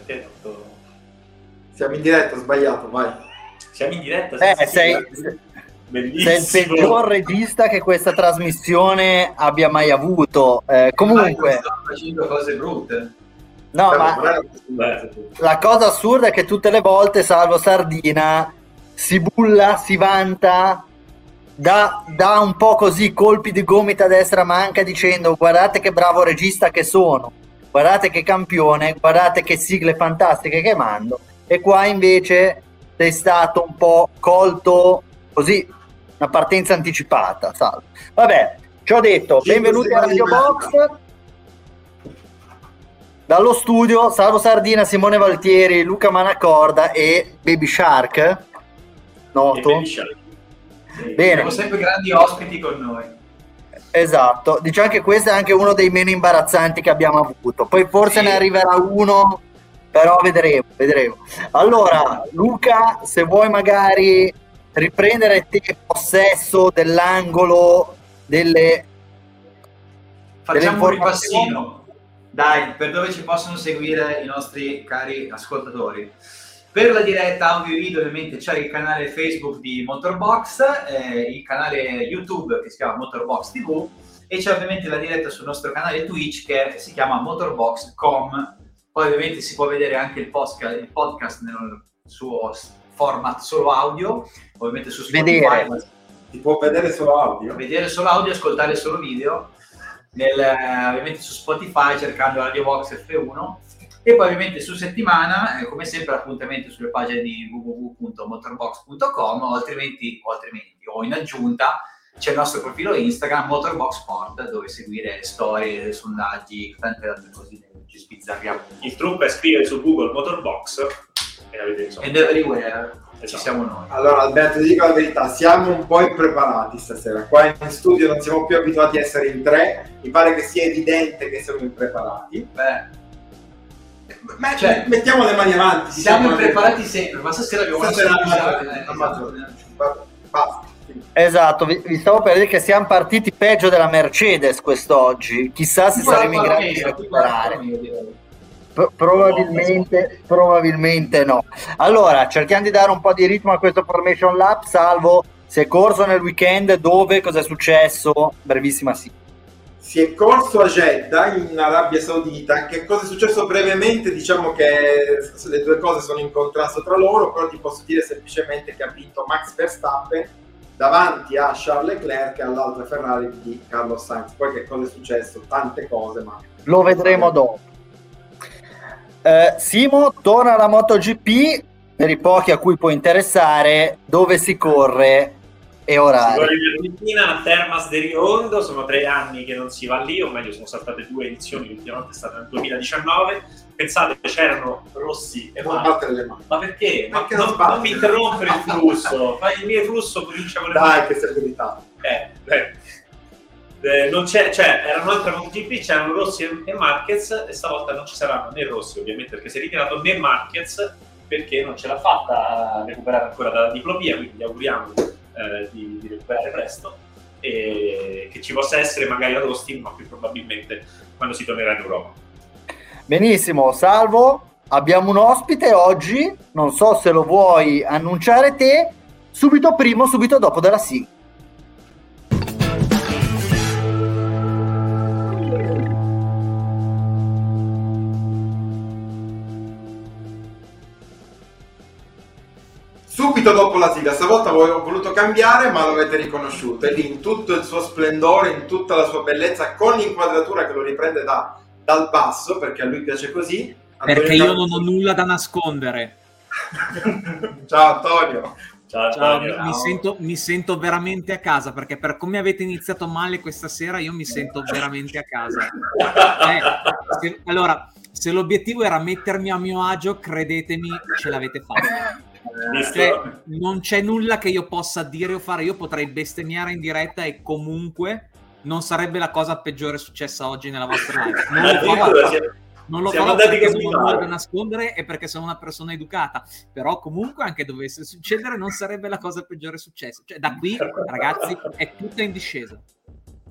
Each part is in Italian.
perché Siamo in diretta, ho sbagliato, vai. Siamo in diretta. Sei il peggior regista che questa trasmissione abbia mai avuto. Comunque, sto facendo cose brutte. no, ma la cosa assurda è che tutte le volte Salvo Sardina si bulla, si vanta, dà un po' così colpi di gomito a destra manca dicendo guardate che bravo regista che sono, guardate che campione, guardate che sigle fantastiche che mando, e qua invece sei stato un po' colto così, una partenza anticipata, Salvo. Vabbè, ci ho detto, benvenuti a Radio Box. Dallo studio Salvo Sardina, Simone Valtieri, Luca Manacorda e Baby Shark, noto. Baby Shark. Sì. Bene. Abbiamo sempre grandi ospiti con noi. Esatto, diciamo che questo è anche uno dei meno imbarazzanti che abbiamo avuto. Poi forse ne arriverà uno, però vedremo. Allora, Luca, se vuoi magari riprendere te possesso dell'angolo Facciamo un ripassino. Dai, per dove ci possono seguire i nostri cari ascoltatori. Per la diretta audio e video ovviamente c'è il canale Facebook di Motorbox, il canale YouTube che si chiama Motorbox TV, e c'è ovviamente la diretta sul nostro canale Twitch che si chiama Motorbox.com. Poi ovviamente si può vedere anche il podcast nel suo format solo audio, ovviamente su Spotify. Si può vedere solo audio? Vedere solo audio, ascoltare solo video, ovviamente su Spotify cercando Radio Box F1, e poi ovviamente su settimana come sempre appuntamenti sulle pagine di www.motorbox.com o in aggiunta c'è il nostro profilo Instagram Motorbox Sport, dove seguire storie, sondaggi, tante altre cose, ci sbizzarriamo. Il trucco è scrivere su Google Motorbox e avete insomma. Ed everywhere ci Esatto. siamo noi. Allora Alberto, ti dico la verità, siamo un po' impreparati stasera. Qua in studio non siamo più abituati a essere in tre, mi pare che sia evidente che siamo impreparati. Cioè, mettiamo le mani avanti. Siamo impreparati sempre, ma stasera abbiamo Basta. Esatto, vi stavo per dire che siamo partiti peggio della Mercedes quest'oggi, chissà se saremo in grado di recuperare. Probabilmente no. Allora, cerchiamo di dare un po' di ritmo a questo Formation Lab. Salvo, si è corso nel weekend, dove cosa è successo? Brevissima sì. Si è corso a Jeddah in Arabia Saudita. Che cosa è successo brevemente? Diciamo che le due cose sono in contrasto tra loro, però ti posso dire semplicemente che ha vinto Max Verstappen davanti a Charles Leclerc e all'altra Ferrari di Carlos Sainz. Poi che cosa è successo? Tante cose, ma lo vedremo dopo. Simo, torna alla MotoGP, per i pochi a cui può interessare, dove si corre e orari. Si corre in Argentina, a Termas de Rio Hondo, sono 3 anni che non si va lì, o meglio sono saltate 2 edizioni, l'ultima volta è stata nel 2019. Pensate che c'erano Rossi e non battere le mani. Ma perché? Perché non mi interrompere il flusso, fai il mio flusso, comincia con le mani. Dai, che sei verità. Non c'è, cioè era un'altra MotoGP, c'erano Rossi e Marquez, e stavolta non ci saranno né Rossi ovviamente perché si è ritirato, né Marquez perché non ce l'ha fatta a recuperare ancora dalla diplopia, quindi gli auguriamo di recuperare presto e che ci possa essere magari ad Austin, ma più probabilmente quando si tornerà in Europa. Benissimo, Salvo, abbiamo un ospite oggi, non so se lo vuoi annunciare te, subito prima, subito dopo della sigla. Subito dopo la sigla, stavolta ho voluto cambiare, ma l'avete riconosciuto, è lì in tutto il suo splendore, in tutta la sua bellezza, con l'inquadratura che lo riprende dal basso, perché a lui piace così. Perché io non ho nulla da nascondere. Ciao Antonio. Ciao, Antonio. Mi sento veramente a casa, perché per come avete iniziato male questa sera io mi sento veramente a casa. Allora, se l'obiettivo era mettermi a mio agio, credetemi, ce l'avete fatta. Non c'è nulla che io possa dire o fare. Io potrei bestemmiare in diretta e comunque non sarebbe la cosa peggiore successa oggi nella vostra live. Non lo farò perché non ho nulla da nascondere e perché sono una persona educata, però comunque anche dovesse succedere non sarebbe la cosa peggiore successa. Cioè da qui, ragazzi, è tutta in discesa.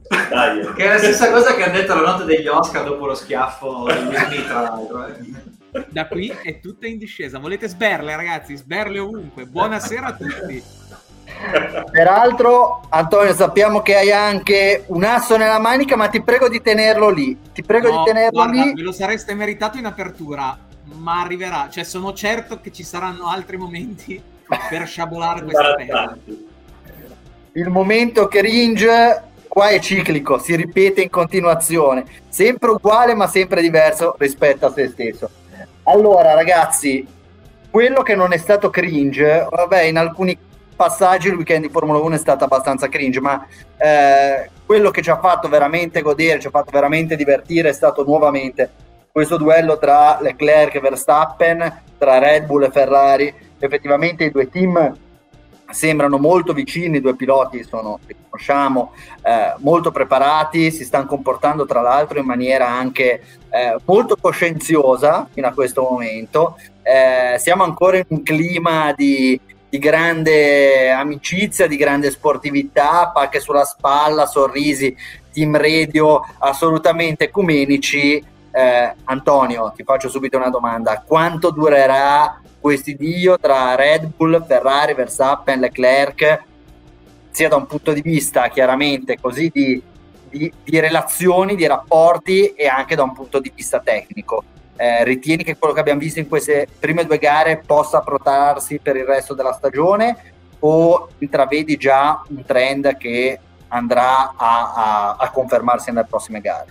Dai. Che è la stessa cosa che ha detto la notte degli Oscar dopo lo schiaffo di Will Smith, tra l'altro. Da qui è tutta in discesa. Volete sberle, ragazzi? Sberle ovunque. Buonasera a tutti. Peraltro, Antonio, sappiamo che hai anche un asso nella manica, ma ti prego di tenerlo lì. Ti prego di tenerlo guarda, lì. ve lo sareste meritato in apertura, ma arriverà. Cioè, sono certo che ci saranno altri momenti per sciabolare questa perla. Il momento cringe qua è ciclico, si ripete in continuazione, sempre uguale ma sempre diverso rispetto a se stesso. Allora ragazzi, quello che non è stato cringe, vabbè, in alcuni passaggi il weekend di Formula 1 è stato abbastanza cringe, ma quello che ci ha fatto veramente godere, ci ha fatto veramente divertire è stato nuovamente questo duello tra Leclerc e Verstappen, tra Red Bull e Ferrari. Effettivamente i due team sembrano molto vicini, i due piloti sono, li conosciamo, molto preparati, si stanno comportando tra l'altro in maniera anche molto coscienziosa fino a questo momento. Siamo ancora in un clima di grande amicizia, di grande sportività, pacche sulla spalla, sorrisi, team radio assolutamente ecumenici. Antonio, ti faccio subito una domanda: quanto durerà questo idillio tra Red Bull, Ferrari, Verstappen, Leclerc, sia da un punto di vista chiaramente così di relazioni, di rapporti, e anche da un punto di vista tecnico? Ritieni che quello che abbiamo visto in queste prime due gare possa protrarsi per il resto della stagione, o intravedi già un trend che andrà a confermarsi nelle prossime gare?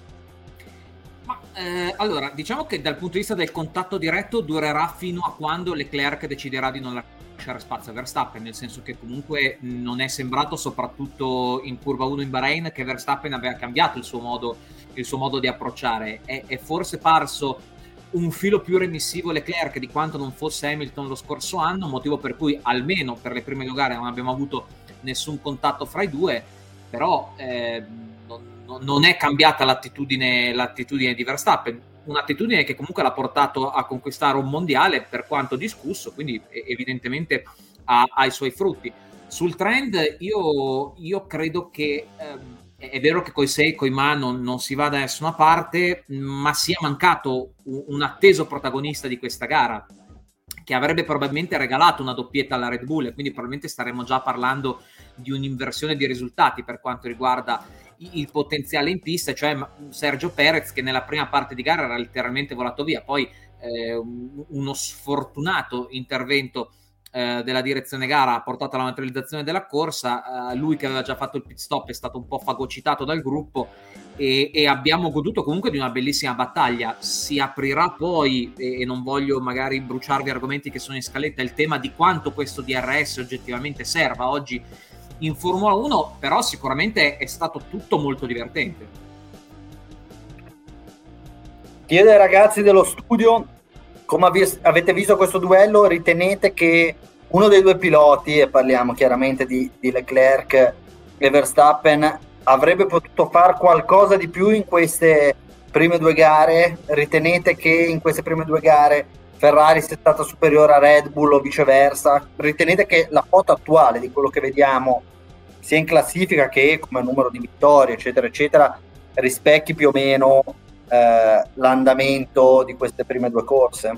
Allora, diciamo che dal punto di vista del contatto diretto durerà fino a quando Leclerc deciderà di non lasciare spazio a Verstappen, nel senso che comunque non è sembrato, soprattutto in curva 1 in Bahrain, che Verstappen aveva cambiato il suo modo di approcciare. È forse parso un filo più remissivo Leclerc di quanto non fosse Hamilton lo scorso anno, motivo per cui almeno per le prime due gare non abbiamo avuto nessun contatto fra i due, però non è cambiata l'attitudine di Verstappen, un'attitudine che comunque l'ha portato a conquistare un mondiale, per quanto discusso, quindi evidentemente ha i suoi frutti. Sul trend io credo che è vero che coi sei, coi ma non si va da nessuna parte, ma sia mancato un atteso protagonista di questa gara, che avrebbe probabilmente regalato una doppietta alla Red Bull, e quindi probabilmente staremmo già parlando di un'inversione di risultati per quanto riguarda il potenziale in pista, cioè Sergio Perez, che nella prima parte di gara era letteralmente volato via, poi uno sfortunato intervento della direzione gara ha portato alla neutralizzazione della corsa. Lui, che aveva già fatto il pit stop, è stato un po' fagocitato dal gruppo, e abbiamo goduto comunque di una bellissima battaglia. Si aprirà poi, e non voglio magari bruciarvi argomenti che sono in scaletta, il tema di quanto questo DRS oggettivamente serva oggi in Formula 1, però sicuramente è stato tutto molto divertente. Chiedo ai ragazzi dello studio come avete visto questo duello. Ritenete che uno dei due piloti, e parliamo chiaramente di Leclerc e Verstappen, avrebbe potuto fare qualcosa di più in queste prime due gare? Ritenete che in queste prime due gare Ferrari sia stata superiore a Red Bull o viceversa? Ritenete che la foto attuale di quello che vediamo sia in classifica che come numero di vittorie eccetera eccetera rispecchi più o meno l'andamento di queste prime due corse?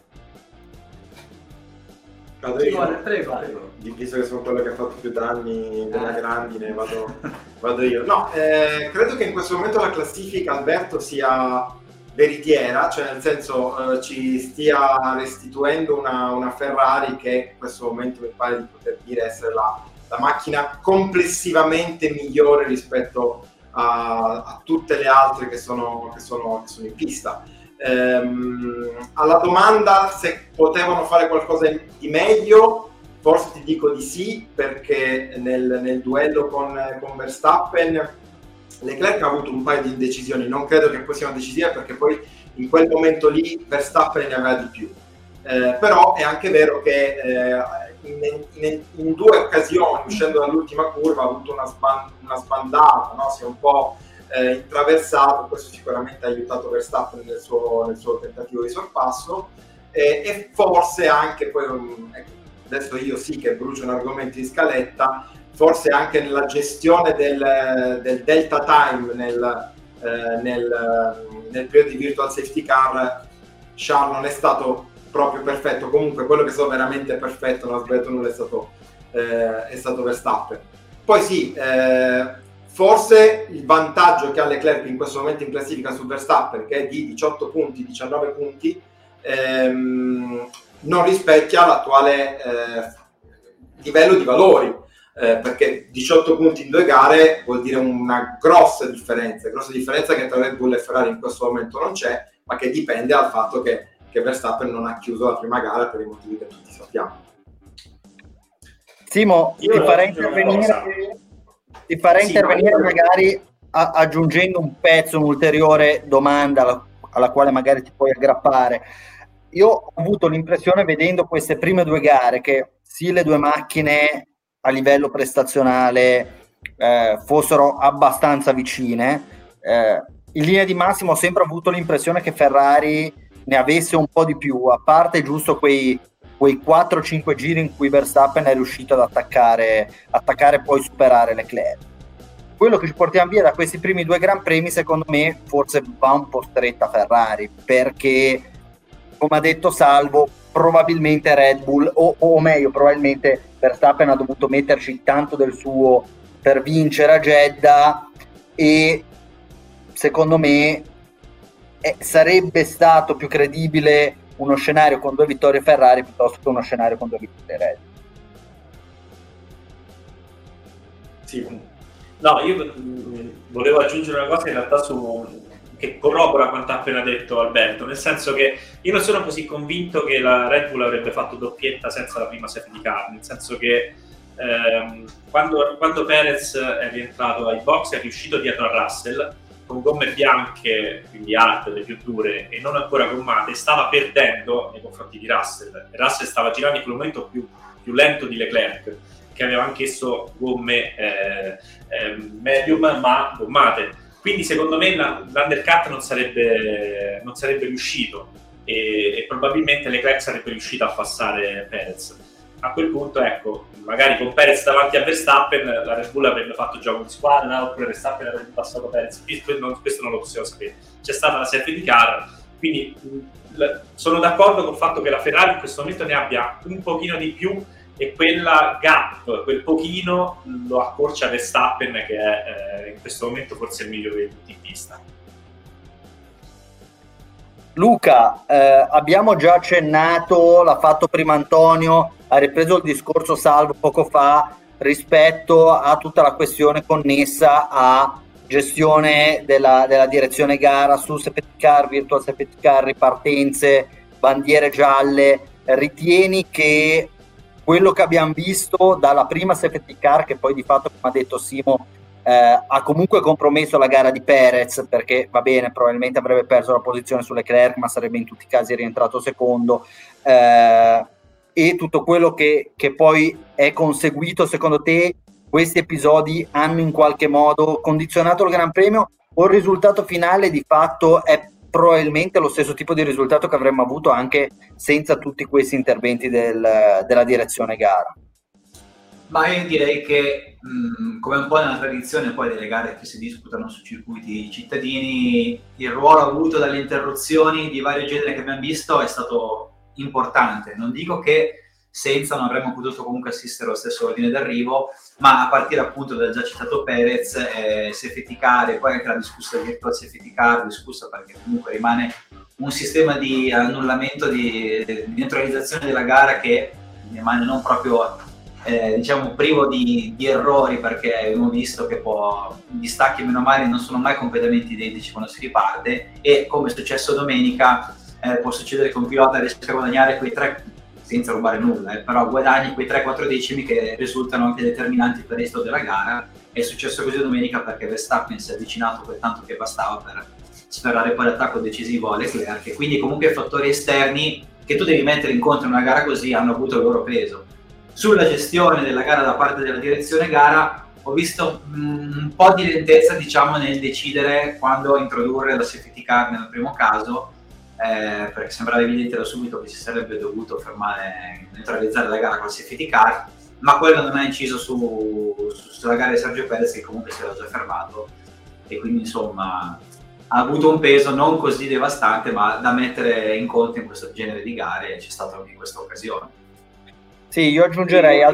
Prego. Visto che sono quello che ha fatto più danni della grandine, vado io. No, credo che in questo momento la classifica, Alberto, sia veritiera, cioè nel senso ci stia restituendo una Ferrari che in questo momento mi pare di poter dire essere la macchina complessivamente migliore rispetto a tutte le altre che sono in pista. Alla domanda se potevano fare qualcosa di meglio, forse ti dico di sì, perché nel duello con Verstappen Leclerc ha avuto un paio di indecisioni, non credo che poi siano decisive, perché poi in quel momento lì Verstappen ne aveva di più, però è anche vero che in due occasioni, uscendo dall'ultima curva, ha avuto una sbandata, no? Si è un po' intraversato. Questo sicuramente ha aiutato Verstappen nel suo tentativo di sorpasso, e forse anche poi, adesso io sì che brucio un argomento in scaletta, forse anche nella gestione del delta time nel periodo di virtual safety car Charles non è stato proprio perfetto, comunque quello che è stato veramente perfetto, non ho sbagliato nulla, è stato Verstappen. Poi sì, forse il vantaggio che ha Leclerc in questo momento in classifica su Verstappen, che è di 18 punti, 19 punti, non rispecchia l'attuale livello di valori, perché 18 punti in 2 gare vuol dire una grossa differenza che tra Red Bull e Ferrari in questo momento non c'è, ma che dipende dal fatto che Verstappen non ha chiuso la prima gara per i motivi che tutti sappiamo. Simo, ti farei intervenire magari aggiungendo un pezzo, un'ulteriore domanda alla quale magari ti puoi aggrappare. Io ho avuto l'impressione, vedendo queste prime 2 gare, che sì, le 2 macchine a livello prestazionale fossero abbastanza vicine. In linea di massima ho sempre avuto l'impressione che Ferrari ne avesse un po' di più, a parte giusto quei 4-5 giri in cui Verstappen è riuscito ad attaccare e poi superare Leclerc. Quello che ci portiamo via da questi primi 2 Gran Premi, secondo me, forse va un po' stretta Ferrari, perché, come ha detto Salvo, probabilmente Red Bull, o meglio, probabilmente Verstappen ha dovuto metterci tanto del suo per vincere a Jeddah, e secondo me sarebbe stato più credibile uno scenario con 2 vittorie Ferrari piuttosto che uno scenario con 2 vittorie Red Bull. Sì. No, io volevo aggiungere una cosa in realtà che corrobora quanto ha appena detto Alberto, nel senso che io non sono così convinto che la Red Bull avrebbe fatto doppietta senza la prima safety car, nel senso che quando Perez è rientrato ai box è riuscito dietro a Russell con gomme bianche, quindi alte, le più dure e non ancora gommate, stava perdendo nei confronti di Russell. Russell stava girando in quel momento più lento di Leclerc, che aveva anch'esso gomme medium ma gommate. Quindi secondo me l'undercut non sarebbe riuscito e probabilmente Leclerc sarebbe riuscito a passare Perez. A quel punto, ecco, magari con Perez davanti a Verstappen la Red Bull avrebbe fatto gioco di squadra, oppure Verstappen avrebbe passato Perez. Questo non lo possiamo sapere. C'è stata la safety car, quindi sono d'accordo col fatto che la Ferrari in questo momento ne abbia un pochino di più, e quella gap, quel pochino lo accorcia Verstappen, che è in questo momento forse il migliore di tutti in pista. Luca, abbiamo già accennato, l'ha fatto prima Antonio, ha ripreso il discorso Salvo poco fa rispetto a tutta la questione connessa a gestione della direzione gara su safety car, virtual safety car, ripartenze, bandiere gialle. Ritieni che quello che abbiamo visto dalla prima safety car, che poi di fatto, come ha detto Simo, ha comunque compromesso la gara di Perez, perché va bene, probabilmente avrebbe perso la posizione su Leclerc, ma sarebbe in tutti i casi rientrato secondo, e tutto quello che poi è conseguito, secondo te questi episodi hanno in qualche modo condizionato il Gran Premio, o il risultato finale di fatto è probabilmente lo stesso tipo di risultato che avremmo avuto anche senza tutti questi interventi della direzione gara? Ma io direi che come un po' nella tradizione poi delle gare che si disputano su circuiti cittadini, il ruolo avuto dalle interruzioni di vario genere che abbiamo visto è stato importante. Non dico che senza non avremmo potuto comunque assistere allo stesso ordine d'arrivo, ma a partire appunto dal già citato Perez, safety car, e poi anche la discussione virtual safety car, discussa perché comunque rimane un sistema di annullamento, di neutralizzazione della gara che rimane non proprio diciamo privo di errori, perché abbiamo visto che gli stacchi meno male non sono mai completamente identici quando si riparte, e come è successo domenica può succedere che un pilota riesca a guadagnare quei 3, senza rubare nulla, però guadagni quei 3-4 decimi che risultano anche determinanti per il resto della gara. È successo così domenica perché Verstappen si è avvicinato quel tanto che bastava per sferrare poi l'attacco decisivo a Leclerc, e quindi comunque fattori esterni che tu devi mettere in conto in una gara così hanno avuto il loro peso. Sulla gestione della gara da parte della direzione gara ho visto un po' di lentezza, diciamo, nel decidere quando introdurre la safety car nel primo caso, perché sembrava evidente da subito che si sarebbe dovuto fermare, neutralizzare la gara con la safety car, ma quello non ha inciso sulla gara di Sergio Perez, che comunque si era già fermato, e quindi insomma ha avuto un peso non così devastante, ma da mettere in conto in questo genere di gare, e c'è stata anche in questa occasione. Sì, io aggiungerei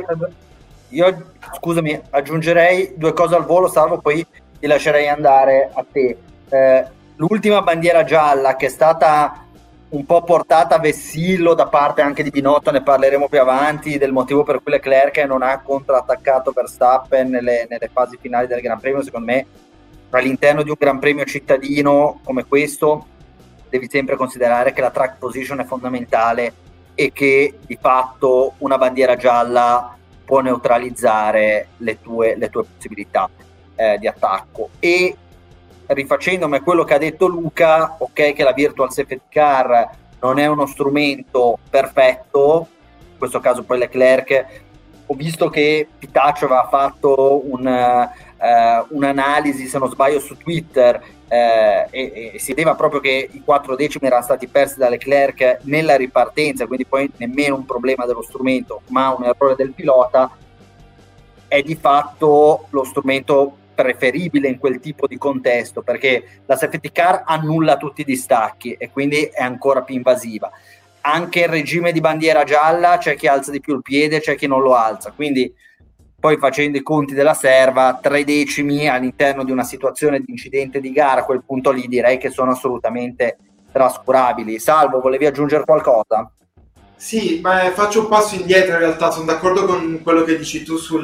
aggiungerei due cose al volo, Salvo, poi ti lascerei andare a te. L'ultima bandiera gialla, che è stata un po' portata a vessillo da parte anche di Binotto, ne parleremo più avanti, del motivo per cui Leclerc non ha contrattaccato Verstappen nelle fasi finali del Gran Premio. Secondo me, all'interno di un Gran Premio cittadino come questo, devi sempre considerare che la track position è fondamentale e che di fatto una bandiera gialla può neutralizzare le tue possibilità di attacco. E rifacendomi a quello che ha detto Luca, ok, che la virtual safety car non è uno strumento perfetto, in questo caso poi Leclerc, ho visto che Pitaccio aveva fatto un'analisi, se non sbaglio, su Twitter, e si vedeva proprio che i 4 decimi erano stati persi da Leclerc nella ripartenza, quindi poi nemmeno un problema dello strumento ma un errore del pilota. È di fatto lo strumento preferibile in quel tipo di contesto, perché la safety car annulla tutti i distacchi e quindi è ancora più invasiva. Anche il regime di bandiera gialla, c'è chi alza di più il piede, c'è chi non lo alza, quindi poi facendo i conti della serva, 3 decimi all'interno di una situazione di incidente di gara, a quel punto lì direi che sono assolutamente trascurabili. Salvo, volevi aggiungere qualcosa? Sì, ma faccio un passo indietro in realtà, sono d'accordo con quello che dici tu sul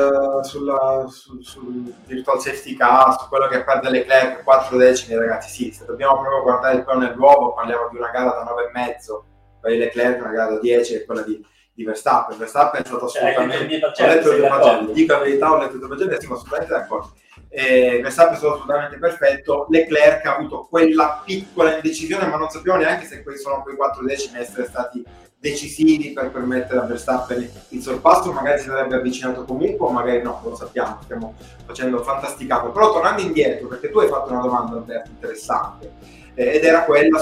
virtual safety car, su quello che perde Leclerc, 4 decimi, ragazzi, sì, se dobbiamo proprio guardare il pelo nell'uovo, parliamo di una gara da 9,5, poi Leclerc una gara da 10 e quella di Verstappen. Verstappen è stato assolutamente, ho letto due pagelle, dico la verità, ho letto due pagelle, siamo assolutamente d'accordo. Verstappen è stato assolutamente perfetto. Leclerc ha avuto quella piccola indecisione, ma non sappiamo neanche se sono quei 4 decimi essere stati decisivi per permettere a Verstappen il sorpasso. Magari si sarebbe avvicinato comunque, o magari no, non lo sappiamo, stiamo facendo fantasticato. Però tornando indietro, perché tu hai fatto una domanda, Alberto, interessante, ed era quella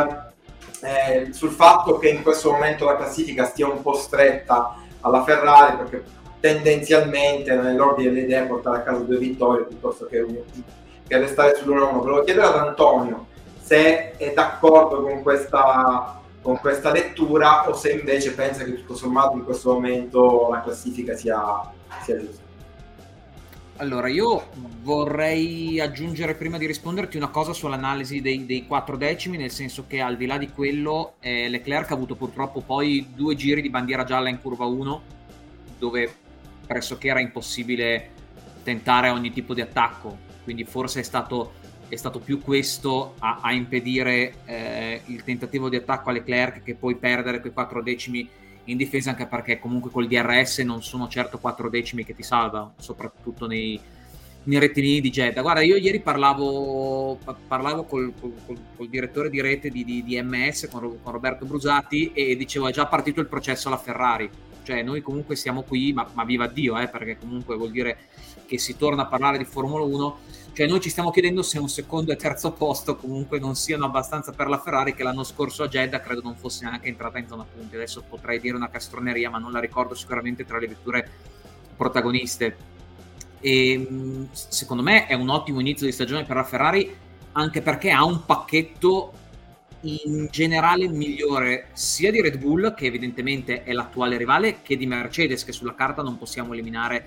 sul fatto che in questo momento la classifica stia un po' stretta alla Ferrari, perché tendenzialmente nell'ordine delle idee portare a casa 2 vittorie piuttosto che restare sull'1-1. Volevo chiedere ad Antonio se è d'accordo con questa lettura o se invece pensa che tutto sommato in questo momento la classifica sia giusta. Allora, io vorrei aggiungere, prima di risponderti, una cosa sull'analisi dei 4 decimi, nel senso che al di là di quello Leclerc ha avuto purtroppo poi 2 giri di bandiera gialla in curva 1, dove pressoché era impossibile tentare ogni tipo di attacco, quindi forse è stato più questo a impedire il tentativo di attacco a Leclerc che poi perdere quei 4 decimi in difesa, anche perché comunque col DRS non sono certo 4 decimi che ti salvano, soprattutto nei rettilini di Jeddah. Guarda, io ieri parlavo col direttore di rete di MS, con Roberto Brusati, e dicevo è già partito il processo alla Ferrari, cioè noi comunque siamo qui, ma viva Dio, perché comunque vuol dire che si torna a parlare di Formula 1. Cioè noi ci stiamo chiedendo se un secondo e terzo posto comunque non siano abbastanza per la Ferrari, che l'anno scorso a Jeddah credo non fosse neanche entrata in zona punti. Adesso potrei dire una castroneria, ma non la ricordo sicuramente tra le vetture protagoniste. E secondo me è un ottimo inizio di stagione per la Ferrari, anche perché ha un pacchetto in generale migliore sia di Red Bull, che evidentemente è l'attuale rivale, che di Mercedes, che sulla carta non possiamo eliminare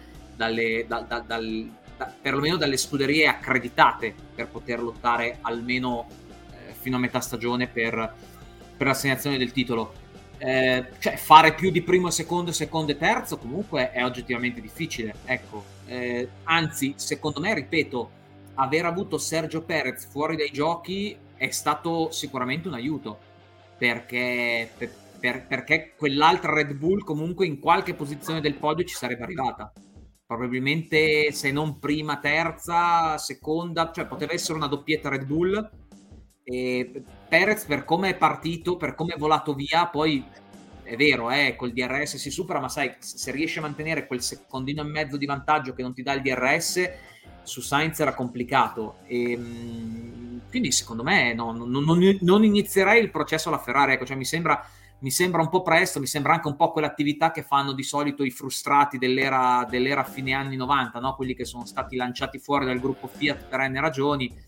perlomeno dalle scuderie accreditate per poter lottare almeno fino a metà stagione per l'assegnazione del titolo. Cioè fare più di primo, secondo e terzo comunque è oggettivamente difficile, ecco. Anzi, secondo me, ripeto, aver avuto Sergio Perez fuori dai giochi è stato sicuramente un aiuto, perché quell'altra Red Bull comunque in qualche posizione del podio ci sarebbe arrivata, probabilmente se non prima, terza, seconda, cioè poteva essere una doppietta Red Bull. E Perez, per come è partito, per come è volato via, poi è vero, col DRS si supera, ma sai, se riesce a mantenere quel secondino e mezzo di vantaggio che non ti dà il DRS, su Sainz era complicato. E quindi secondo me non inizierei il processo alla Ferrari, ecco, cioè mi sembra un po' presto, mi sembra anche un po' quell'attività che fanno di solito i frustrati dell'era fine anni 90, no? Quelli che sono stati lanciati fuori dal gruppo Fiat per N ragioni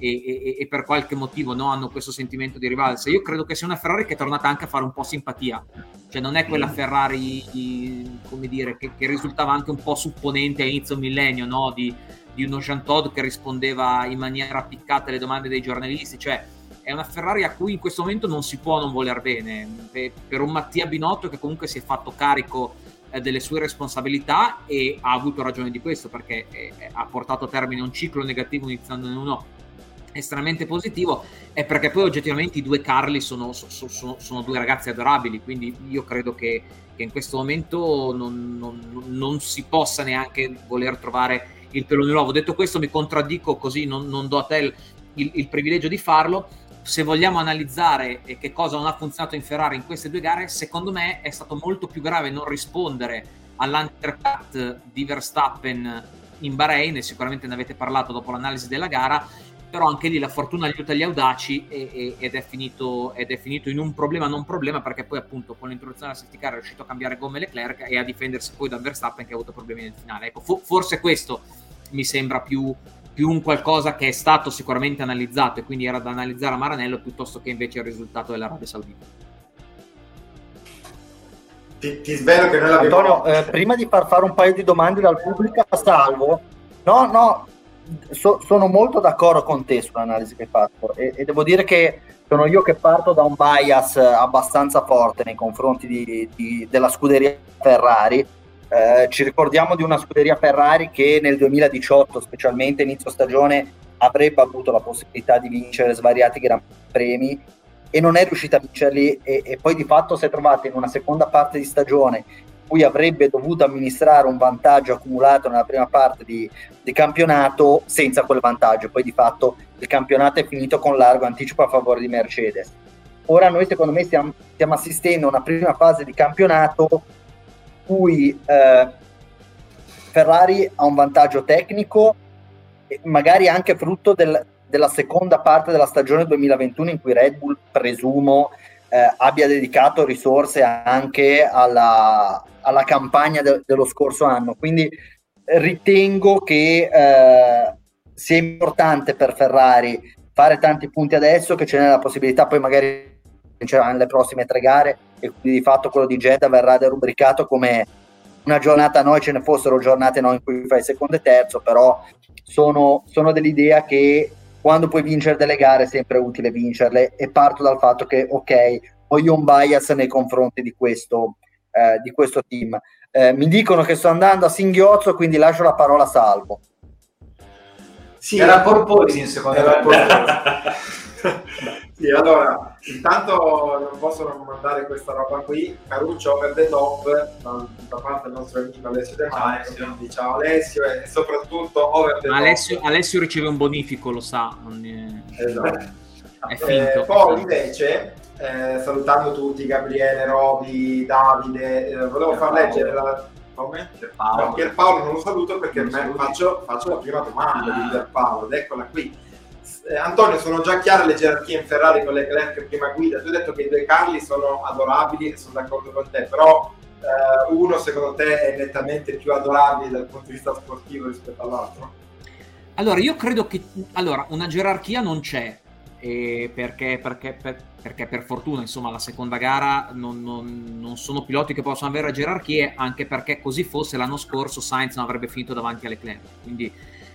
e per qualche motivo no, hanno questo sentimento di rivalsa. Io credo che sia una Ferrari che è tornata anche a fare un po' simpatia, cioè non è quella Ferrari, come dire, che risultava anche un po' supponente a inizio millennio, no? Di uno Jean Todt che rispondeva in maniera piccata alle domande dei giornalisti, cioè è una Ferrari a cui in questo momento non si può non voler bene, per un Mattia Binotto che comunque si è fatto carico delle sue responsabilità e ha avuto ragione di questo, perché ha portato a termine un ciclo negativo iniziando in uno estremamente positivo, e perché poi oggettivamente i due Carli sono due ragazzi adorabili, quindi io credo che in questo momento non si possa neanche voler trovare il pelo nell'uovo. Detto questo, mi contraddico, così non do a te il privilegio di farlo. Se vogliamo analizzare che cosa non ha funzionato in Ferrari in queste due gare, secondo me è stato molto più grave non rispondere all'undercut di Verstappen in Bahrain, e sicuramente ne avete parlato dopo l'analisi della gara, però anche lì la fortuna aiuta gli audaci ed è finito in un problema non problema, perché poi appunto con l'introduzione della safety car è riuscito a cambiare gomme Leclerc e a difendersi poi da Verstappen, che ha avuto problemi nel finale. Ecco, forse questo mi sembra più un qualcosa che è stato sicuramente analizzato e quindi era da analizzare a Maranello, piuttosto che invece il risultato dell'Arabia Saudita. Ti svelo che noi l'abbiamo... Antonio, prima di fare un paio di domande dal pubblico a Salvo, sono molto d'accordo con te sull'analisi che hai fatto, e devo dire che sono io che parto da un bias abbastanza forte nei confronti della scuderia Ferrari. Ci ricordiamo di una scuderia Ferrari che nel 2018, specialmente inizio stagione, avrebbe avuto la possibilità di vincere svariati gran premi e non è riuscita a vincerli, e poi di fatto si è trovata in una seconda parte di stagione in cui avrebbe dovuto amministrare un vantaggio accumulato nella prima parte di campionato senza quel vantaggio. Poi di fatto il campionato è finito con largo anticipo a favore di Mercedes. Ora noi secondo me stiamo assistendo a una prima fase di campionato cui Ferrari ha un vantaggio tecnico, magari anche frutto della seconda parte della stagione 2021, in cui Red Bull, presumo, abbia dedicato risorse anche alla campagna dello scorso anno. Quindi ritengo che sia importante per Ferrari fare tanti punti adesso, che ce n'è la possibilità poi magari nelle prossime 3 gare, e quindi di fatto quello di Jeddah verrà derubricato come una giornata a noi, ce ne fossero giornate no in cui fai secondo e terzo, però sono dell'idea che quando puoi vincere delle gare è sempre utile vincerle, e parto dal fatto che ho io un bias nei confronti di questo team. Mi dicono che sto andando a singhiozzo, quindi lascio la parola a Salvo. Sì, era porpoising secondo me. Sì, allora, intanto non posso non mandare questa roba qui, Caruccio over the top, da parte del nostro amico Alessio De Marco, quindi ciao Alessio, e soprattutto over the top. Alessio riceve un bonifico, lo sa. Esatto. È finto. Poi invece, salutando tutti, Gabriele, Roby, Davide, volevo far leggere Pierpaolo non lo saluto perché faccio la prima domanda di Pierpaolo, ed eccola qui. Antonio, sono già chiare le gerarchie in Ferrari con Leclerc prima guida. Tu hai detto che i due Carli sono adorabili e sono d'accordo con te, però uno secondo te è nettamente più adorabile dal punto di vista sportivo rispetto all'altro? Allora, io credo che una gerarchia non c'è, perché per fortuna, insomma, la seconda gara non sono piloti che possono avere gerarchie, anche perché così fosse l'anno scorso Sainz non avrebbe finito davanti a Leclerc, quindi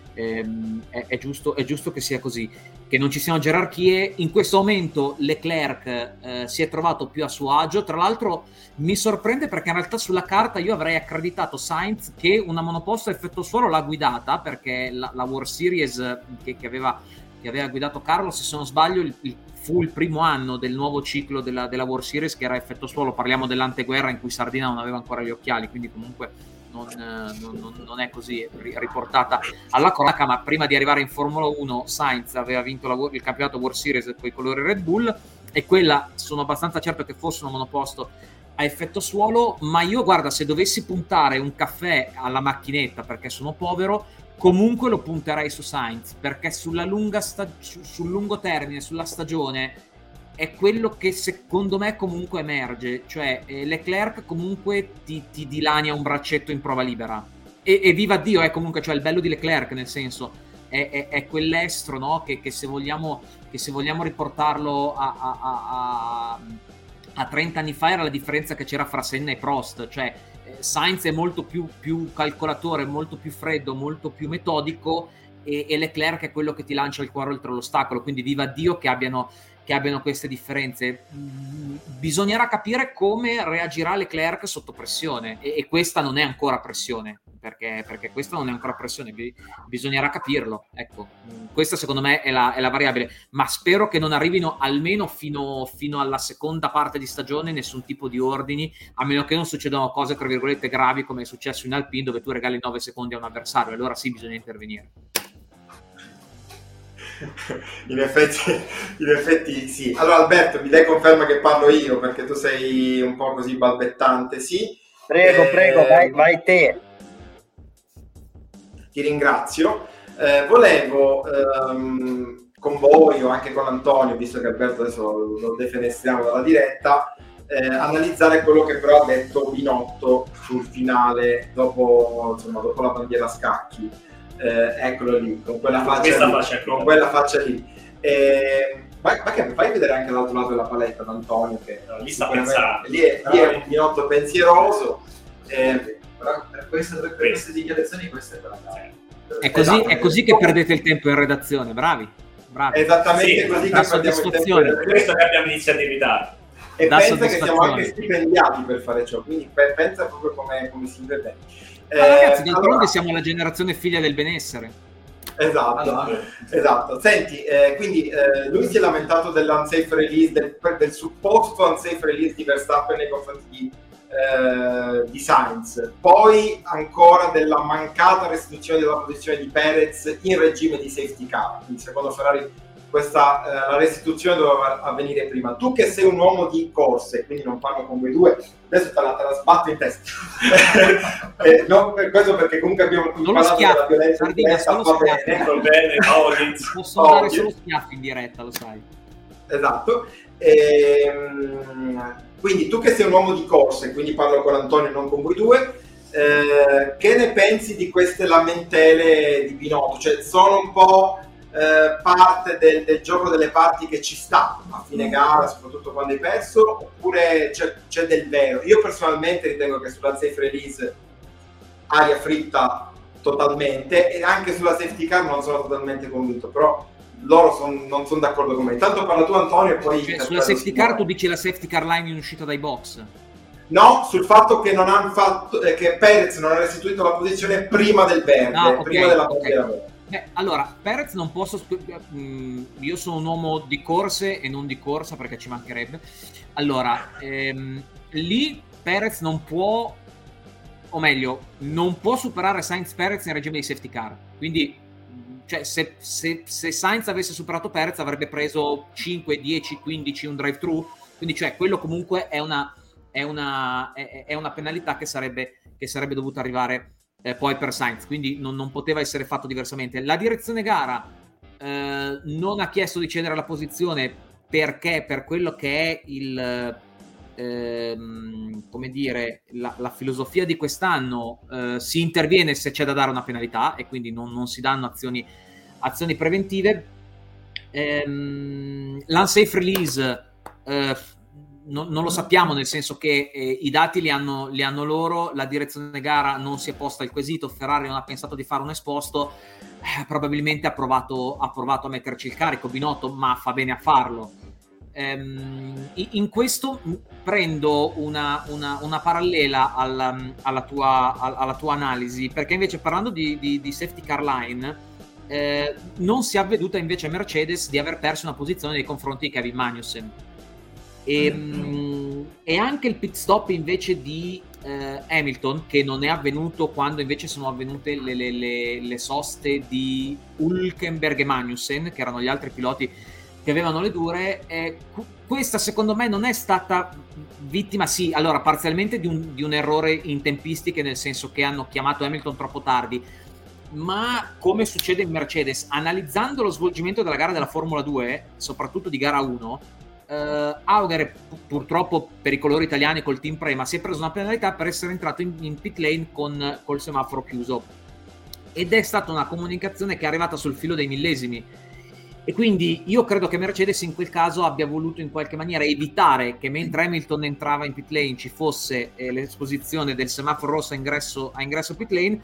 è giusto che sia così, che non ci siano gerarchie. In questo momento Leclerc si è trovato più a suo agio. Tra l'altro mi sorprende perché in realtà sulla carta io avrei accreditato Sainz che una monoposto a effetto suolo l'ha guidata, perché la World Series che aveva guidato Carlos, se non sbaglio, fu il primo anno del nuovo ciclo della World Series che era a effetto suolo. Parliamo dell'anteguerra in cui Sardina non aveva ancora gli occhiali, quindi comunque non è così riportata alla cronaca, ma prima di arrivare in Formula 1 Sainz aveva vinto il campionato World Series con i colori Red Bull, e quella sono abbastanza certo che fosse un monoposto a effetto suolo. Ma io, guarda, se dovessi puntare un caffè alla macchinetta perché sono povero, comunque lo punterei su Sainz, perché sul lungo termine, sulla stagione, è quello che secondo me comunque emerge. Cioè Leclerc comunque ti dilania un braccetto in prova libera, e viva Dio, comunque, cioè il bello di Leclerc, nel senso, è quell'estro, no? che se vogliamo riportarlo a 30 anni fa era la differenza che c'era fra Senna e Prost, cioè Sainz è molto più calcolatore, molto più freddo, molto più metodico, e Leclerc è quello che ti lancia il cuore oltre l'ostacolo, quindi viva Dio che abbiano queste differenze. Bisognerà capire come reagirà Leclerc sotto pressione, e questa non è ancora pressione, perché questa non è ancora pressione, bisognerà capirlo, ecco. Questa secondo me è la variabile, ma spero che non arrivino almeno fino alla seconda parte di stagione nessun tipo di ordini, a meno che non succedano cose tra virgolette gravi come è successo in Alpine, dove tu regali 9 secondi a un avversario, allora sì, bisogna intervenire. In effetti sì. Allora Alberto, mi dai conferma che parlo io, perché tu sei un po' così balbettante? Sì, prego, vai te. Ti ringrazio. Volevo con voi o anche con Antonio, visto che Alberto adesso lo defenestriamo dalla diretta, analizzare quello che però ha detto Binotto sul finale dopo la bandiera a scacchi. Eccolo lì, con quella faccia lì. Ma che fai vedere anche l'altro lato della paletta d'Antonio, che lì sta pensando. Lì è un Binotto pensieroso. Però per queste dichiarazioni questa è quella. È così che perdete il tempo in redazione, bravi. Esattamente, sì, così che perdiamo il tempo. Per questo che abbiamo iniziato a evitare. E pensa che siamo anche stipendiati per fare ciò, quindi pensa proprio come si vede. Ragazzi, d'altronde siamo la generazione figlia del benessere. Esatto. Senti, quindi lui si è lamentato dell'unsafe release, del supposto unsafe release di Verstappen nei confronti di Sainz, poi ancora della mancata restituzione della posizione di Perez in regime di safety car. Quindi secondo Ferrari la restituzione doveva avvenire prima. Tu che sei un uomo di corse, quindi non parlo con voi due, adesso te la sbatto in testa. No, questo perché comunque abbiamo parlato della violenza in diretta, va bene. Possono dare solo schiaffi in diretta, lo sai. Esatto. Quindi tu che sei un uomo di corse, quindi parlo con Antonio e non con voi due, che ne pensi di queste lamentele di Binotto? Cioè sono un po' parte del gioco delle parti che ci sta a fine gara, soprattutto quando hai perso, oppure c'è del vero? Io personalmente ritengo che sulla safe release aria fritta totalmente, e anche sulla safety car non sono totalmente convinto, però loro non sono d'accordo con me. Intanto parla tu, Antonio, e poi sulla safety car tu dici la safety car line in uscita dai box? No, sul fatto che non hanno fatto che Perez non ha restituito la posizione prima del verde, prima della bandiera verde. Allora, Perez non posso... io sono un uomo di corse e non di corsa, perché ci mancherebbe. Allora, lì Perez non può, o meglio, non può superare Sainz Perez in regime di safety car. Quindi, cioè, se Sainz avesse superato Perez avrebbe preso 5, 10, 15 un drive-thru. Quindi, cioè, quello comunque è una penalità che sarebbe dovuta arrivare poi per Sainz, quindi non poteva essere fatto diversamente. La direzione gara non ha chiesto di cedere la posizione, perché per quello che è come dire, la filosofia di quest'anno, si interviene se c'è da dare una penalità, e quindi non si danno azioni preventive. L'unsafe release non lo sappiamo, nel senso che i dati li hanno loro, la direzione gara non si è posta il quesito, Ferrari non ha pensato di fare un esposto, probabilmente ha provato a metterci il carico Binotto, ma fa bene a farlo. In questo prendo una parallela alla tua analisi, perché invece parlando di safety car line, non si è avveduta invece Mercedes di aver perso una posizione nei confronti di Kevin Magnussen. E anche il pit stop invece di Hamilton, che non è avvenuto quando invece sono avvenute le soste di Hülkenberg e Magnussen, che erano gli altri piloti che avevano le dure. Questa secondo me non è stata vittima, sì, allora parzialmente di un errore in tempistiche, nel senso che hanno chiamato Hamilton troppo tardi, ma come succede in Mercedes, analizzando lo svolgimento della gara della Formula 2, soprattutto di gara 1, Auger, purtroppo per i colori italiani col team Prema, si è preso una penalità per essere entrato in pit lane col semaforo chiuso. ed è stata una comunicazione che è arrivata sul filo dei millesimi. E quindi io credo che Mercedes in quel caso abbia voluto in qualche maniera evitare che mentre Hamilton entrava in pit lane ci fosse l'esposizione del semaforo rosso a ingresso pit lane.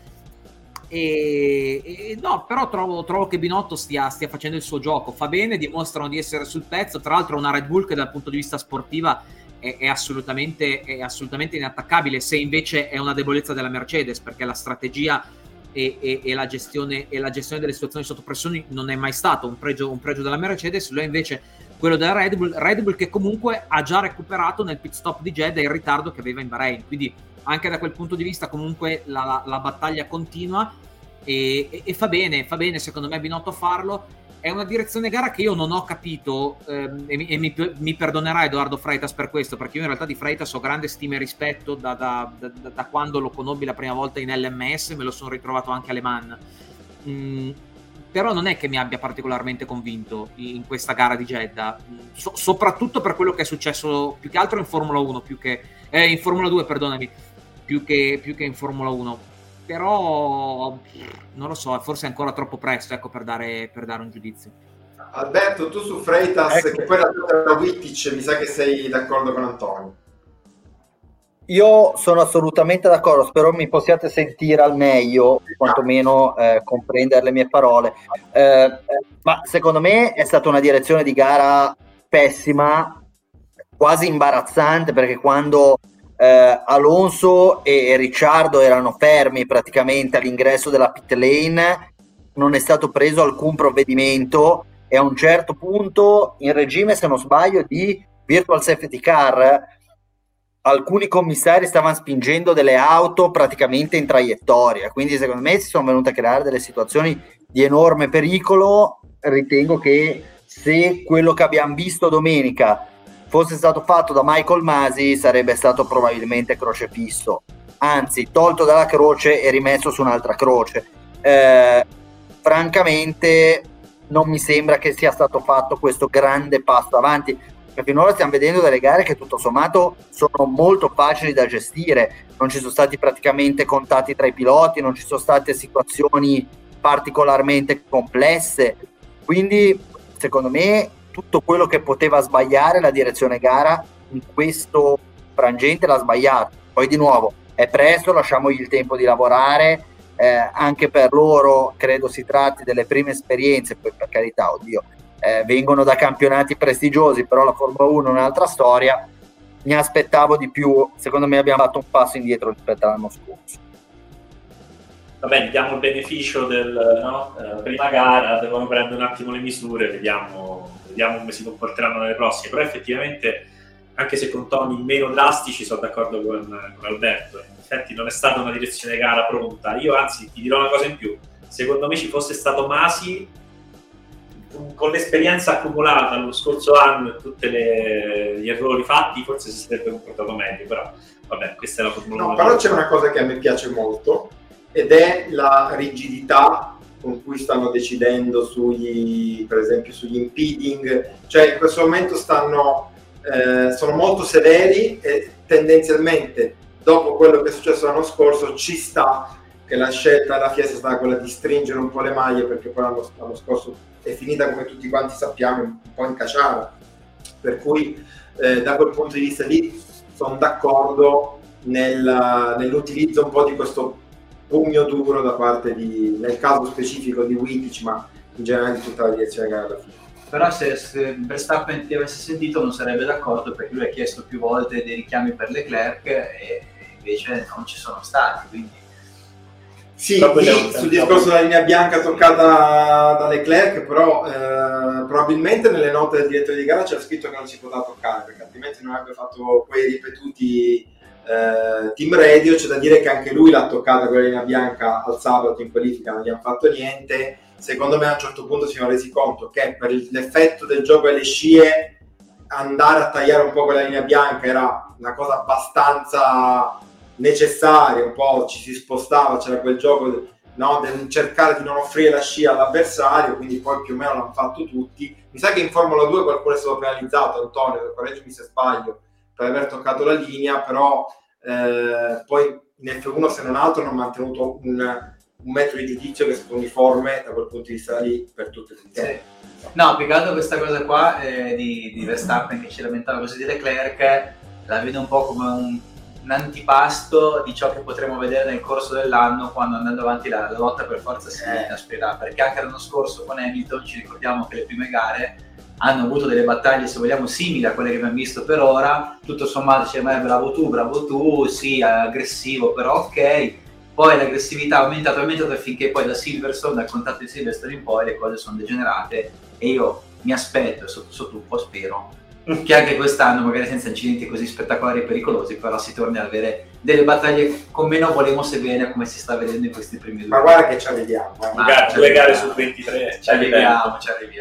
E no, però trovo che Binotto stia facendo il suo gioco, fa bene, dimostrano di essere sul pezzo. Tra l'altro una Red Bull che dal punto di vista sportiva è assolutamente inattaccabile, se invece è una debolezza della Mercedes, perché la strategia e la gestione delle situazioni sotto pressione non è mai stato un pregio della Mercedes, lo è invece quello della Red Bull che comunque ha già recuperato nel pit stop di Jeddah il ritardo che aveva in Bahrain, quindi anche da quel punto di vista comunque la battaglia continua e fa bene secondo me Binotto farlo. È una direzione gara che io non ho capito e mi perdonerà Edoardo Freitas per questo, perché io in realtà di Freitas ho grande stima e rispetto da quando lo conobbi la prima volta in LMS, me lo sono ritrovato anche a Le Mans, però non è che mi abbia particolarmente convinto in questa gara di Jeddah, soprattutto per quello che è successo più che altro in Formula 1 in Formula 2, perdonami, più che in Formula 1. Però non lo so, forse è ancora troppo presto, ecco, per dare un giudizio. Alberto, tu su Freitas, ecco, che poi la Wittich, mi sa che sei d'accordo con Antonio. Io sono assolutamente d'accordo, spero mi possiate sentire al meglio, quantomeno comprendere le mie parole, ma secondo me è stata una direzione di gara pessima, quasi imbarazzante, perché quando Alonso e Ricciardo erano fermi praticamente all'ingresso della pit lane, non è stato preso alcun provvedimento e a un certo punto in regime, se non sbaglio, di virtual safety car alcuni commissari stavano spingendo delle auto praticamente in traiettoria, quindi secondo me si sono venute a creare delle situazioni di enorme pericolo. Ritengo che se quello che abbiamo visto domenica fosse stato fatto da Michael Masi sarebbe stato probabilmente crocefisso, anzi tolto dalla croce e rimesso su un'altra croce. Francamente non mi sembra che sia stato fatto questo grande passo avanti, perché finora stiamo vedendo delle gare che tutto sommato sono molto facili da gestire, non ci sono stati praticamente contatti tra i piloti, non ci sono state situazioni particolarmente complesse, quindi secondo me tutto quello che poteva sbagliare la direzione gara in questo frangente l'ha sbagliato. Poi di nuovo è presto, lasciamogli il tempo di lavorare, anche per loro credo si tratti delle prime esperienze, poi per carità, vengono da campionati prestigiosi, però la Formula 1 è un'altra storia. Mi aspettavo di più, secondo me abbiamo fatto un passo indietro rispetto all'anno scorso. Vabbè, diamo il beneficio del prima gara, devono prendere un attimo le misure, vediamo come si comporteranno nelle prossime, però effettivamente anche se con toni meno drastici sono d'accordo con Alberto, in effetti non è stata una direzione gara pronta. Io anzi ti dirò una cosa in più, secondo me ci fosse stato Masi con l'esperienza accumulata lo scorso anno e tutti gli errori fatti forse si sarebbe comportato meglio, però vabbè, questa è la Formula 1. No, però c'è una cosa che a me piace molto ed è la rigidità con cui stanno decidendo per esempio sugli impeding, cioè in questo momento sono molto severi e tendenzialmente dopo quello che è successo l'anno scorso ci sta che la scelta alla FIA è stata quella di stringere un po' le maglie, perché poi l'anno scorso è finita, come tutti quanti sappiamo, un po' in caciara, per cui da quel punto di vista lì sono d'accordo nell'utilizzo un po' di questo pugno duro da parte nel caso specifico di Wittich, ma in generale di tutta la direzione gara alla FIA. Però se Verstappen ti avesse sentito non sarebbe d'accordo, perché lui ha chiesto più volte dei richiami per Leclerc e invece non ci sono stati, quindi sì, sul discorso della linea bianca toccata da Leclerc, però probabilmente nelle note del direttore di gara c'era scritto che non si poteva toccare, perché altrimenti non avrebbe fatto quei ripetuti team radio. C'è da dire che anche lui l'ha toccata quella linea bianca al sabato in qualifica, non gli hanno fatto niente. Secondo me a un certo punto si sono resi conto che per l'effetto del gioco alle scie andare a tagliare un po' quella linea bianca era una cosa abbastanza necessaria, un po' ci si spostava, c'era quel gioco del cercare di non offrire la scia all'avversario, quindi poi più o meno l'hanno fatto tutti. Mi sa che in Formula 2 qualcuno è stato penalizzato, Antonio, correggimi se sbaglio, per aver toccato la linea, però poi in F1 se non altro hanno mantenuto un metro di giudizio che è stato uniforme da quel punto di vista lì per tutte le sì. No, più che altro questa cosa qua di Verstappen che ci lamentava così di Leclerc, la vedo un po' come un antipasto di ciò che potremo vedere nel corso dell'anno, quando andando avanti la lotta per forza si aspirerà, perché anche l'anno scorso con Hamilton ci ricordiamo che le prime gare hanno avuto delle battaglie, se vogliamo, simili a quelle che abbiamo visto per ora, tutto sommato c'è bravo tu, sì, aggressivo, però ok. Poi l'aggressività è aumentata finché poi da Silverstone, dal contatto di Silverstone in poi, le cose sono degenerate, e io mi aspetto, sotto un po' spero, che anche quest'anno, magari senza incidenti così spettacolari e pericolosi, però si torni ad avere delle battaglie con meno volemos bene, come si sta vedendo in questi primi 2 Ma guarda che ci arriviamo. Magari 2 gare su 23. Ci arriviamo.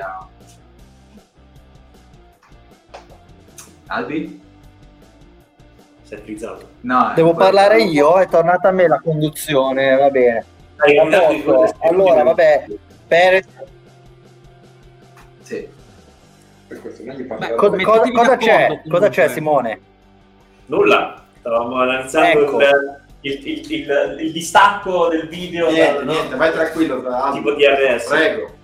Albi? Si è frizzato. No, devo parlare io, è tornata a me la conduzione, va bene. Allora, vabbè, Perez. Sì. Per questo non gli Beh, cosa c'è Simone? Nulla, stavamo analizzando il distacco del video. Niente, vai tranquillo, tipo DRS. Prego.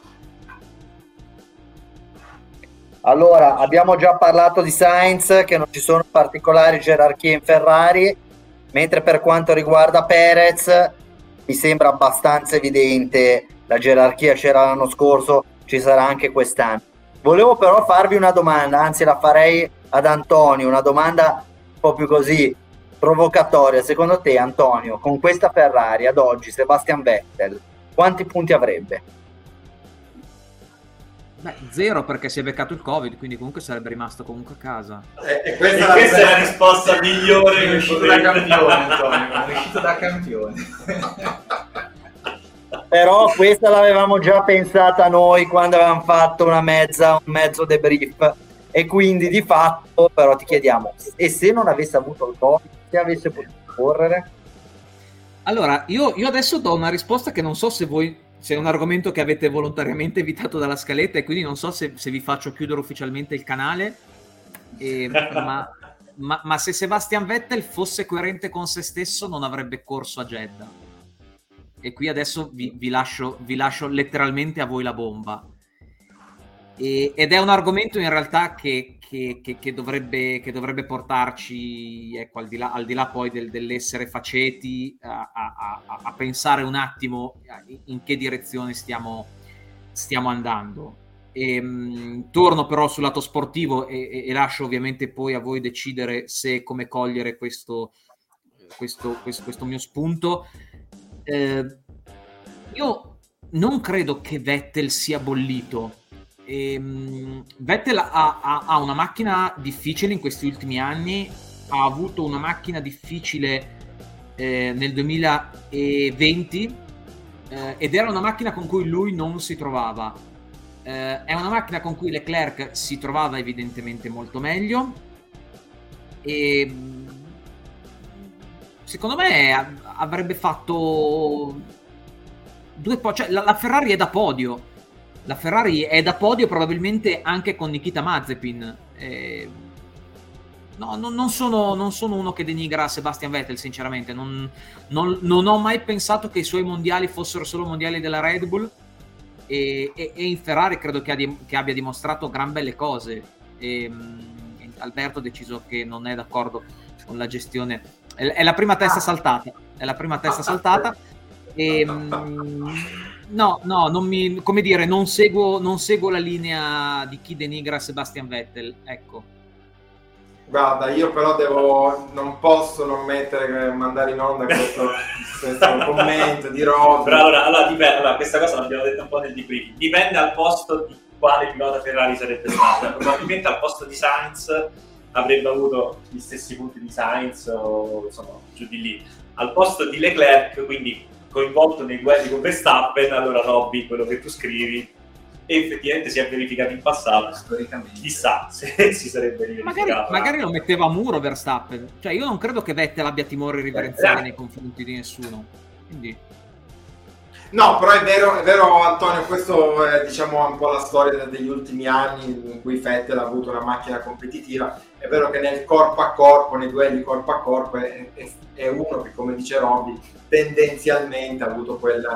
Allora, abbiamo già parlato di Sainz, che non ci sono particolari gerarchie in Ferrari, mentre per quanto riguarda Perez mi sembra abbastanza evidente, la gerarchia c'era l'anno scorso, ci sarà anche quest'anno. Volevo però farvi una domanda, anzi la farei ad Antonio, una domanda un po' più così provocatoria. Secondo te, Antonio, con questa Ferrari ad oggi, Sebastian Vettel, quanti punti avrebbe? Beh, 0, perché si è beccato il Covid, quindi comunque sarebbe rimasto comunque a casa. E questa è la risposta migliore. È uscito da campione, Antonio, è uscito da campione. Però questa l'avevamo già pensata noi quando avevamo fatto un mezzo debrief, e quindi di fatto però ti chiediamo, e se non avesse avuto il Covid, se avesse potuto correre? Allora, io adesso do una risposta che non so se voi, se è un argomento che avete volontariamente evitato dalla scaletta, e quindi non so se vi faccio chiudere ufficialmente il canale, ma se Sebastian Vettel fosse coerente con se stesso non avrebbe corso a Jeddah. E qui adesso vi lascio letteralmente a voi la bomba. Ed è un argomento in realtà che dovrebbe portarci, ecco, al di là poi dell'essere faceti, a pensare un attimo in che direzione stiamo andando. Torno però sul lato sportivo e lascio ovviamente poi a voi decidere se e come cogliere questo mio spunto. Io non credo che Vettel sia bollito. Vettel ha una macchina difficile in questi ultimi anni, ha avuto una macchina difficile nel 2020 ed era una macchina con cui lui non si trovava. È una macchina con cui Leclerc si trovava evidentemente molto meglio, e secondo me avrebbe fatto cioè la Ferrari è da podio. La Ferrari è da podio probabilmente anche con Nikita Mazepin. No, non sono uno che denigra Sebastian Vettel, sinceramente. Non ho mai pensato che i suoi mondiali fossero solo mondiali della Red Bull, e in Ferrari credo che abbia dimostrato gran belle cose. Alberto ha deciso che non è d'accordo con la gestione. È la prima testa saltata. È la prima testa saltata. No, non seguo la linea di chi denigra Sebastian Vettel, ecco. Guarda, io però non posso non mandare in onda questo commento di Rob. Però allora dipende, questa cosa l'abbiamo detto un po' nel debriefing, dipende al posto di quale pilota Ferrari sarebbe stata. Probabilmente al posto di Sainz avrebbe avuto gli stessi punti di Sainz, o insomma giù di lì. Al posto di Leclerc, quindi coinvolto nei duelli con Verstappen, allora Robby, quello che tu scrivi effettivamente si è verificato in passato, storicamente. Chissà se si sarebbe riverificato. Magari lo metteva a muro Verstappen. Cioè io non credo che Vettel abbia timori riverenziali nei confronti di nessuno. Quindi No, però è vero Antonio, questo è diciamo un po' la storia degli ultimi anni in cui Vettel ha avuto una macchina competitiva. È vero che nel corpo a corpo, nei duelli corpo a corpo, è uno che, come dice Robby, tendenzialmente ha avuto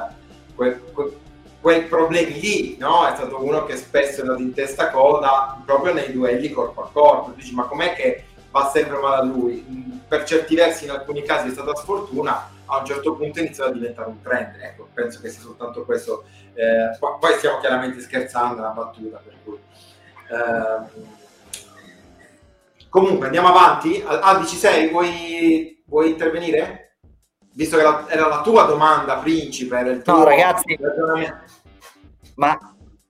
quei problemi lì, no? È stato uno che spesso è andato in testa coda proprio nei duelli corpo a corpo. Dici, ma com'è che va sempre male a lui? Per certi versi in alcuni casi è stata sfortuna, a un certo punto è iniziato a diventare un trend. Ecco, penso che sia soltanto questo. Poi stiamo chiaramente scherzando, è una battuta, per cui comunque andiamo avanti. Aldi, ci sei? Vuoi intervenire? Visto che era la tua domanda principe, era il tuo ragazzi, ma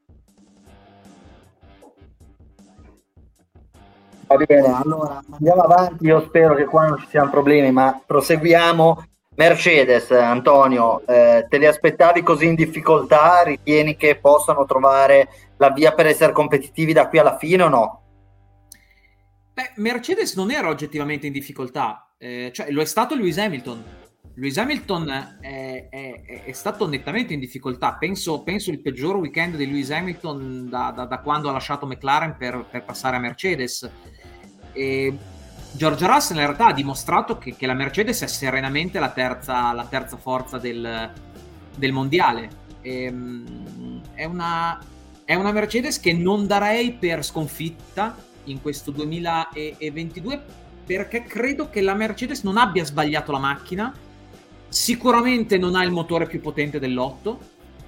va bene, allora andiamo avanti. Io spero che qua non ci siano problemi, ma proseguiamo. Mercedes, Antonio, te li aspettavi così in difficoltà? Ritieni che possano trovare la via per essere competitivi da qui alla fine o no? Beh, Mercedes non era oggettivamente in difficoltà, cioè lo è stato Lewis Hamilton. Lewis Hamilton è stato nettamente in difficoltà. Penso il peggior weekend di Lewis Hamilton da quando ha lasciato McLaren per passare a Mercedes. E George Russell in realtà ha dimostrato che la Mercedes è serenamente la terza forza del mondiale. È una Mercedes che non darei per sconfitta in questo 2022, perché credo che la Mercedes non abbia sbagliato la macchina. Sicuramente non ha il motore più potente dell'8.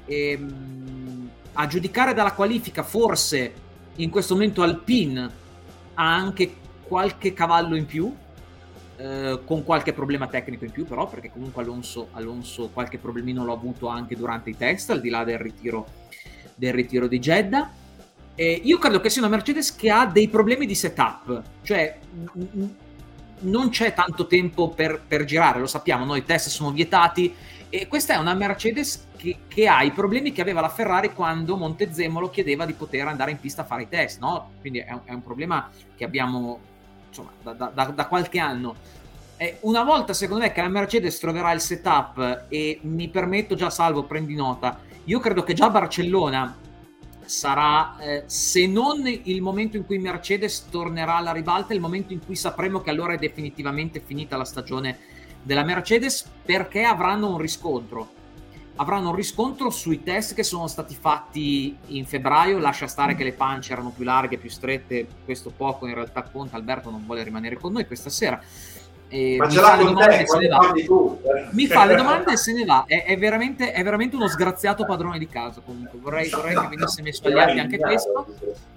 A giudicare dalla qualifica, forse in questo momento Alpine ha anche qualche cavallo in più, con qualche problema tecnico in più, però, perché comunque Alonso qualche problemino l'ha avuto anche durante i test, al di là del ritiro di Jeddah. Io credo che sia una Mercedes che ha dei problemi di setup, cioè non c'è tanto tempo per girare, lo sappiamo, noi i test sono vietati, e questa è una Mercedes che ha i problemi che aveva la Ferrari quando Montezemolo chiedeva di poter andare in pista a fare i test, no? Quindi è un problema che abbiamo, insomma, da qualche anno. Una volta, secondo me, che la Mercedes troverà il setup, e mi permetto già, Salvo, prendi nota, io credo che già Barcellona sarà, se non il momento in cui Mercedes tornerà alla ribalta, il momento in cui sapremo che allora è definitivamente finita la stagione della Mercedes, perché avranno un riscontro sui test che sono stati fatti in febbraio. Lascia stare che le pance erano più larghe, più strette, questo poco in realtà conta. Alberto non vuole rimanere con noi questa sera. Ma ce l'ha con te, mi fa le domande e se ne va. È veramente uno sgraziato padrone di casa. Comunque vorrei che venisse messo agli atti anche questo.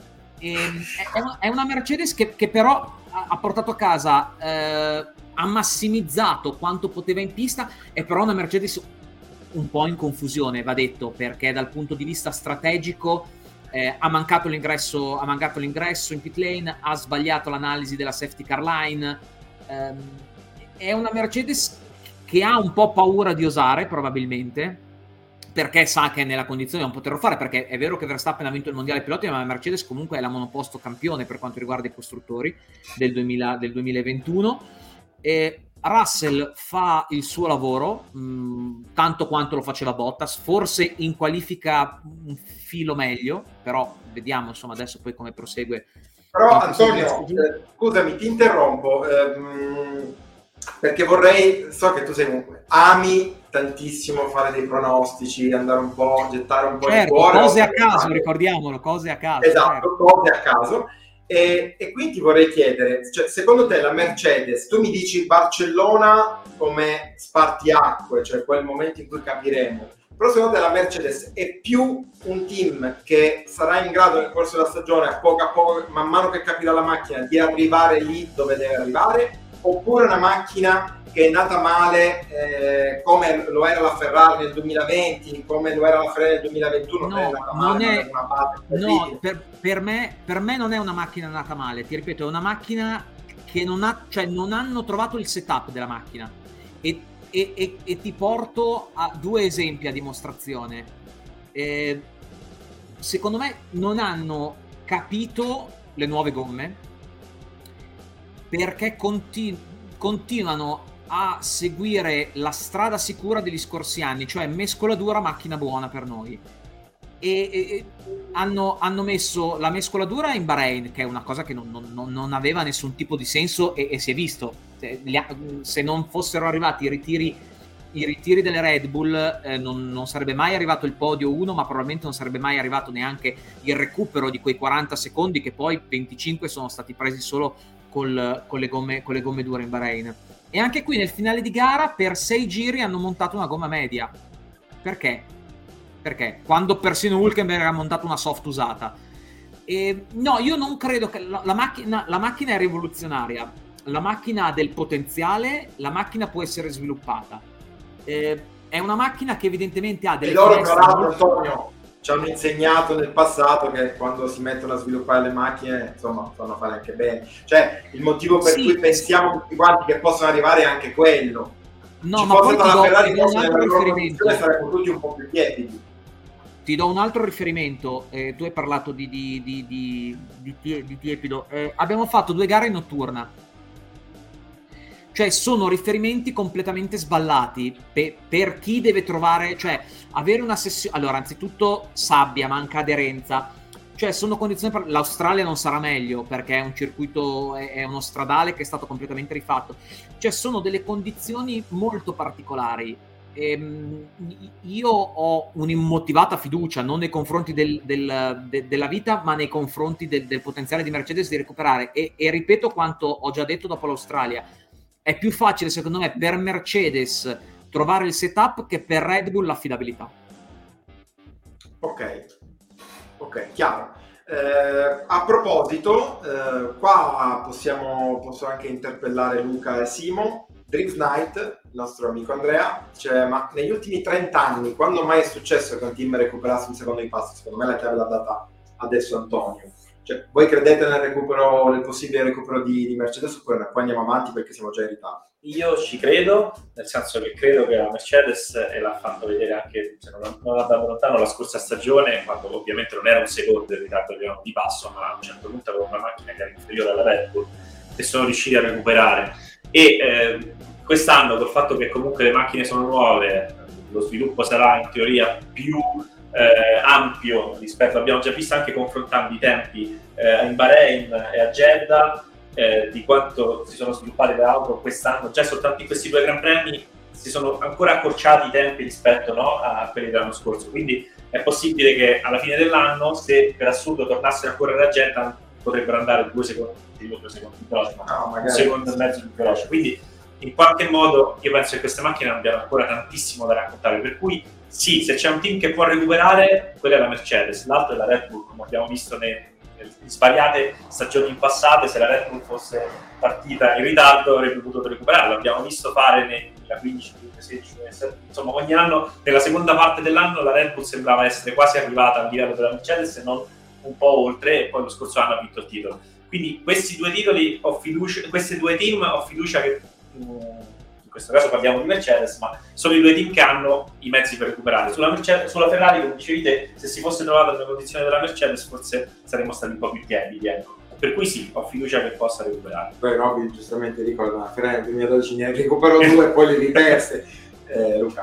È una Mercedes che però ha portato a casa, ha massimizzato quanto poteva in pista. È però una Mercedes un po' in confusione, va detto, perché dal punto di vista strategico ha mancato l'ingresso in pit lane, ha sbagliato l'analisi della safety car line. È una Mercedes che ha un po' paura di osare, probabilmente, perché sa che è nella condizione di non poterlo fare, perché è vero che Verstappen ha vinto il mondiale piloti, ma la Mercedes comunque è la monoposto campione per quanto riguarda i costruttori del 2021. Russell fa il suo lavoro, tanto quanto lo faceva Bottas, forse in qualifica un filo meglio, però vediamo insomma adesso poi come prosegue. Però Antonio, scusami, ti interrompo, perché so che tu ami tantissimo fare dei pronostici, andare un po', gettare un po' di cuore. Cose a caso, ricordiamolo, cose a caso. Esatto, cose a caso. E quindi vorrei chiedere, cioè, secondo te la Mercedes, tu mi dici Barcellona come spartiacque, cioè quel momento in cui capiremo, però secondo te la Mercedes è più un team che sarà in grado nel corso della stagione, a poco, man mano che capirà la macchina, di arrivare lì dove deve arrivare, oppure una macchina che è nata male, come lo era la Ferrari nel 2020, come lo era la Ferrari nel 2021? Per me non è una macchina nata male, ti ripeto, è una macchina che non hanno trovato il setup della macchina, e ti porto a due esempi a dimostrazione. Secondo me non hanno capito le nuove gomme, perché continuano a seguire la strada sicura degli scorsi anni, cioè mescolatura macchina buona per noi. E hanno messo la mescolatura in Bahrain, che è una cosa che non aveva nessun tipo di senso, e si è visto. Se non fossero arrivati i ritiri delle Red Bull, non sarebbe mai arrivato il podio 1, ma probabilmente non sarebbe mai arrivato neanche il recupero di quei 40 secondi, che poi 25 sono stati presi solo con le gomme dure in Bahrain. E anche qui nel finale di gara per 6 giri hanno montato una gomma media. Perché? Quando persino Hülkenberg ha montato una soft usata. No, io non credo che la macchina è rivoluzionaria, la macchina ha del potenziale, la macchina può essere sviluppata, è una macchina che evidentemente ha delle... E loro, tra l'altro, Antonio, ci hanno insegnato nel passato che quando si mettono a sviluppare le macchine, insomma, fanno fare anche bene. Cioè, il motivo per cui pensiamo tutti quanti che possono arrivare è anche quello. No, ma poi ti do un altro riferimento. Saremmo tutti un po' più tiepidi. Ti do un altro riferimento, tu hai parlato di tiepido, abbiamo fatto 2 gare in notturna, cioè sono riferimenti completamente sballati per chi deve trovare, cioè avere una sessione, allora anzitutto sabbia, manca aderenza, cioè sono condizioni l'Australia non sarà meglio perché è un circuito, è uno stradale che è stato completamente rifatto, cioè sono delle condizioni molto particolari. Io ho un'immotivata fiducia non nei confronti della vita, ma nei confronti del potenziale di Mercedes di recuperare, e ripeto quanto ho già detto dopo l'Australia: è più facile secondo me per Mercedes trovare il setup che per Red Bull l'affidabilità. Ok, chiaro. A proposito, qua posso anche interpellare Luca e Simo. Drift Night, il nostro amico Andrea, dice: ma negli ultimi 30 anni quando mai è successo che un team recuperasse un secondo di passo? Secondo me la chiave l'ha data adesso Antonio. Cioè, voi credete nel possibile recupero di Mercedes, oppure poi andiamo avanti perché siamo già in ritardo? Io ci credo, nel senso che credo che la Mercedes, e l'ha fatto vedere anche, se non andando lontano, la scorsa stagione, quando ovviamente non era un secondo il ritardo di passo, ma a un certo punto aveva una macchina che era inferiore alla Red Bull, e sono riusciti a recuperare. E quest'anno, col fatto che comunque le macchine sono nuove, lo sviluppo sarà in teoria più ampio rispetto, abbiamo già visto anche confrontando i tempi in Bahrain e a Jeddah, di quanto si sono sviluppate le auto quest'anno. Già soltanto in questi 2 Gran Premi si sono ancora accorciati i tempi rispetto a quelli dell'anno scorso, quindi è possibile che alla fine dell'anno, se per assurdo tornassero a correre a Jeddah, potrebbero andare 2 secondi più veloci, ma un secondo e mezzo più veloce. Quindi in qualche modo io penso che queste macchine abbiano ancora tantissimo da raccontare, per cui sì, se c'è un team che può recuperare, quella è la Mercedes, l'altro è la Red Bull, come abbiamo visto in svariate stagioni passate. Se la Red Bull fosse partita in ritardo avrebbe potuto recuperare, l'abbiamo visto fare nel 2015, 2016, 2017, insomma ogni anno, nella seconda parte dell'anno la Red Bull sembrava essere quasi arrivata al livello della Mercedes, se non un po' oltre, e poi lo scorso anno ha vinto il titolo. Quindi questi 2 titoli ho fiducia, questi 2 team ho fiducia che, in questo caso parliamo di Mercedes, ma sono i 2 team che hanno i mezzi per recuperare. Sulla Ferrari, come dicevi te, se si fosse trovata nelle condizioni della Mercedes forse saremmo stati un po' più tiepidi, ecco. Per cui sì, ho fiducia che possa recuperare. Poi Robby giustamente ricorda, la Ferrari nel 2012 ne recuperò 2 e poi le riperse. Luca,